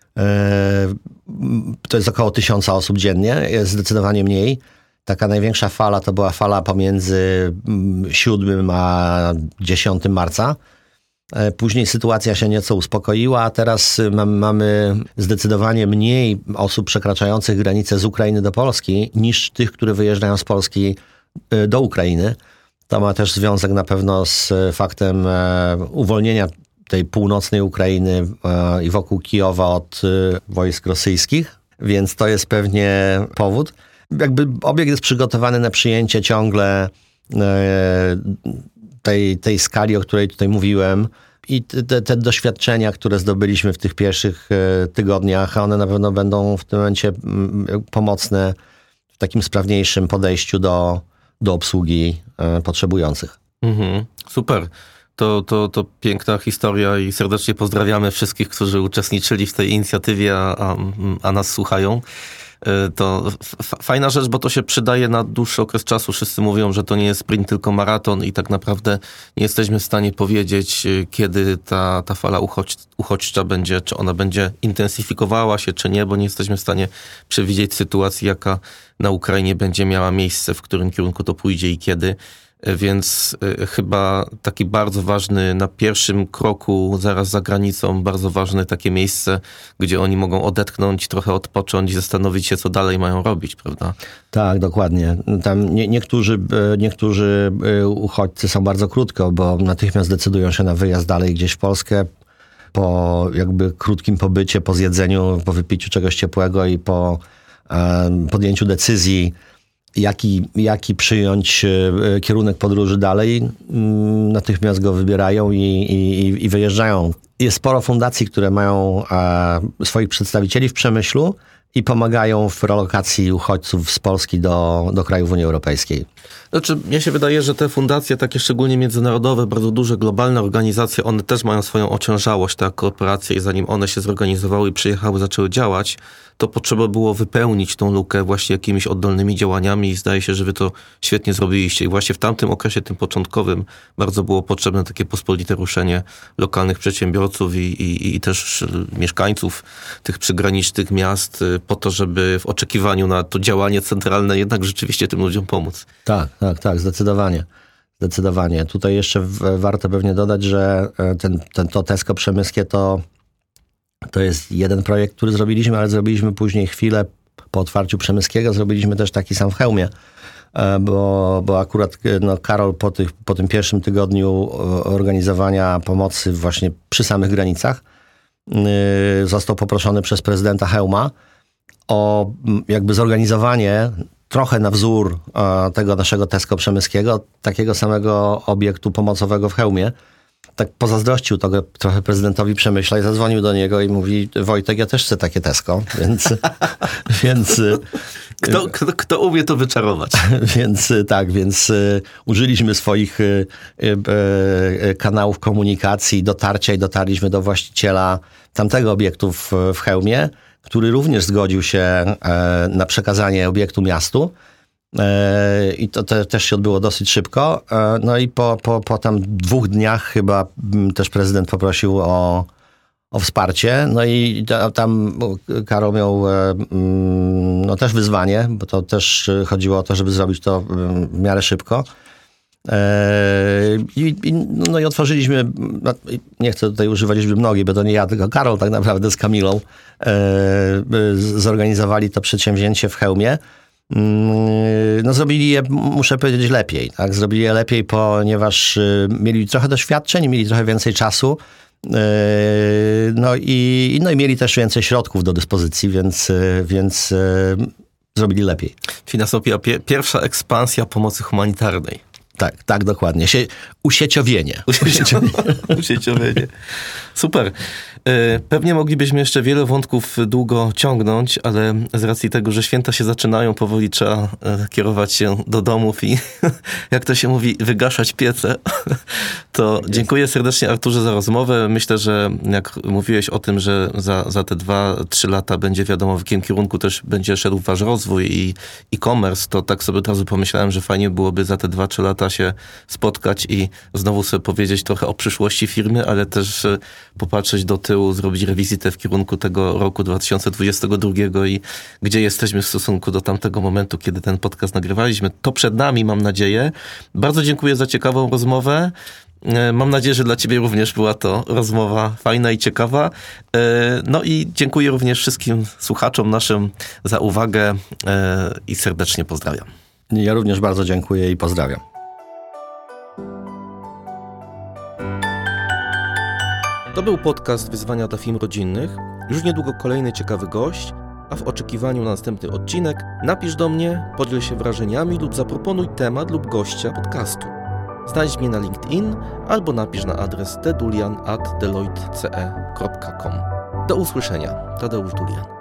to jest około 1000 osób dziennie, jest zdecydowanie mniej. Taka największa fala to była fala pomiędzy 7 a 10 marca. Później sytuacja się nieco uspokoiła, a teraz mamy zdecydowanie mniej osób przekraczających granicę z Ukrainy do Polski niż tych, które wyjeżdżają z Polski do Ukrainy. To ma też związek na pewno z faktem uwolnienia tej północnej Ukrainy i wokół Kijowa od wojsk rosyjskich, więc to jest pewnie powód. Jakby obiekt jest przygotowany na przyjęcie ciągle tej skali, o której tutaj mówiłem i te doświadczenia, które zdobyliśmy w tych pierwszych tygodniach, one na pewno będą w tym momencie pomocne w takim sprawniejszym podejściu do obsługi potrzebujących. Super. To piękna historia i serdecznie pozdrawiamy wszystkich, którzy uczestniczyli w tej inicjatywie, a nas słuchają. To fajna rzecz, bo to się przydaje na dłuższy okres czasu. Wszyscy mówią, że to nie jest sprint, tylko maraton i tak naprawdę nie jesteśmy w stanie powiedzieć, kiedy ta fala uchodźcza będzie, czy ona będzie intensyfikowała się, czy nie, bo nie jesteśmy w stanie przewidzieć sytuacji, jaka na Ukrainie będzie miała miejsce, w którym kierunku to pójdzie i kiedy. Więc chyba taki bardzo ważny na pierwszym kroku, zaraz za granicą, bardzo ważne takie miejsce, gdzie oni mogą odetchnąć, trochę odpocząć i zastanowić się, co dalej mają robić, prawda? Tak, dokładnie. Tam niektórzy uchodźcy są bardzo krótko, bo natychmiast decydują się na wyjazd dalej gdzieś w Polskę po jakby krótkim pobycie, po zjedzeniu, po wypiciu czegoś ciepłego i po podjęciu decyzji, jaki przyjąć kierunek podróży dalej, natychmiast go wybierają i wyjeżdżają. Jest sporo fundacji, które mają swoich przedstawicieli w Przemyślu i pomagają w relokacji uchodźców z Polski do krajów Unii Europejskiej. Znaczy, mnie się wydaje, że te fundacje takie szczególnie międzynarodowe, bardzo duże, globalne organizacje, one też mają swoją ociężałość, tak, korporacje i zanim one się zorganizowały i przyjechały, zaczęły działać, to potrzeba było wypełnić tą lukę właśnie jakimiś oddolnymi działaniami i zdaje się, że wy to świetnie zrobiliście. I właśnie w tamtym okresie, tym początkowym, bardzo było potrzebne takie pospolite ruszenie lokalnych przedsiębiorców, uchodźców i też mieszkańców tych przygranicznych miast po to, żeby w oczekiwaniu na to działanie centralne jednak rzeczywiście tym ludziom pomóc. Tak, zdecydowanie. Zdecydowanie. Tutaj jeszcze warto pewnie dodać, że to Tesco Przemyskie to jest jeden projekt, który zrobiliśmy, ale zrobiliśmy później chwilę po otwarciu Przemyskiego, zrobiliśmy też taki sam w Chełmie, bo akurat Karol po tym pierwszym tygodniu organizowania pomocy właśnie przy samych granicach został poproszony przez prezydenta Chełma o jakby zorganizowanie trochę na wzór tego naszego Tesco Przemyskiego, takiego samego obiektu pomocowego w Chełmie. Tak pozazdrościł tego trochę prezydentowi Przemyśla i zadzwonił do niego i mówi: Wojtek, ja też chcę takie Tesco, więc Kto umie to wyczarować? Więc użyliśmy swoich kanałów komunikacji, dotarcia i dotarliśmy do właściciela tamtego obiektu w Chełmie, który również zgodził się na przekazanie obiektu miastu. I to też się odbyło dosyć szybko. No i po tam 2 dniach chyba też prezydent poprosił o wsparcie. No i tam Karol miał też wyzwanie, bo to też chodziło o to, żeby zrobić to w miarę szybko. No i otworzyliśmy, nie chcę tutaj używać liczby mnogiej, bo to nie ja, tylko Karol tak naprawdę z Kamilą zorganizowali to przedsięwzięcie w Chełmie. No zrobili je, muszę powiedzieć, lepiej. Tak? Zrobili je lepiej, ponieważ mieli trochę doświadczeń, mieli trochę więcej czasu. No i mieli też więcej środków do dyspozycji, więc zrobili lepiej. Nastąpiła pierwsza ekspansja pomocy humanitarnej. Tak, dokładnie. Usieciowienie. Usieciowienie. Super. Pewnie moglibyśmy jeszcze wiele wątków długo ciągnąć, ale z racji tego, że święta się zaczynają, powoli trzeba kierować się do domów i, jak to się mówi, wygaszać piece. To dziękuję serdecznie, Arturze, za rozmowę. Myślę, że jak mówiłeś o tym, że za te 2-3 lata będzie wiadomo, w jakim kierunku też będzie szedł wasz rozwój i e-commerce, to tak sobie od razu pomyślałem, że fajnie byłoby za te 2-3 lata się spotkać i znowu sobie powiedzieć trochę o przyszłości firmy, ale też popatrzeć do tyłu, zrobić rewizytę w kierunku tego roku 2022 i gdzie jesteśmy w stosunku do tamtego momentu, kiedy ten podcast nagrywaliśmy. To przed nami, mam nadzieję. Bardzo dziękuję za ciekawą rozmowę. Mam nadzieję, że dla ciebie również była to rozmowa fajna i ciekawa. No i dziękuję również wszystkim słuchaczom naszym za uwagę i serdecznie pozdrawiam. Ja również bardzo dziękuję i pozdrawiam. To był podcast Wyzwania dla firm rodzinnych. Już niedługo kolejny ciekawy gość, a w oczekiwaniu na następny odcinek napisz do mnie, podziel się wrażeniami lub zaproponuj temat lub gościa podcastu. Znajdź mnie na LinkedIn albo napisz na adres tdulian@deloitte.com. Do usłyszenia. Tadeusz Dulian.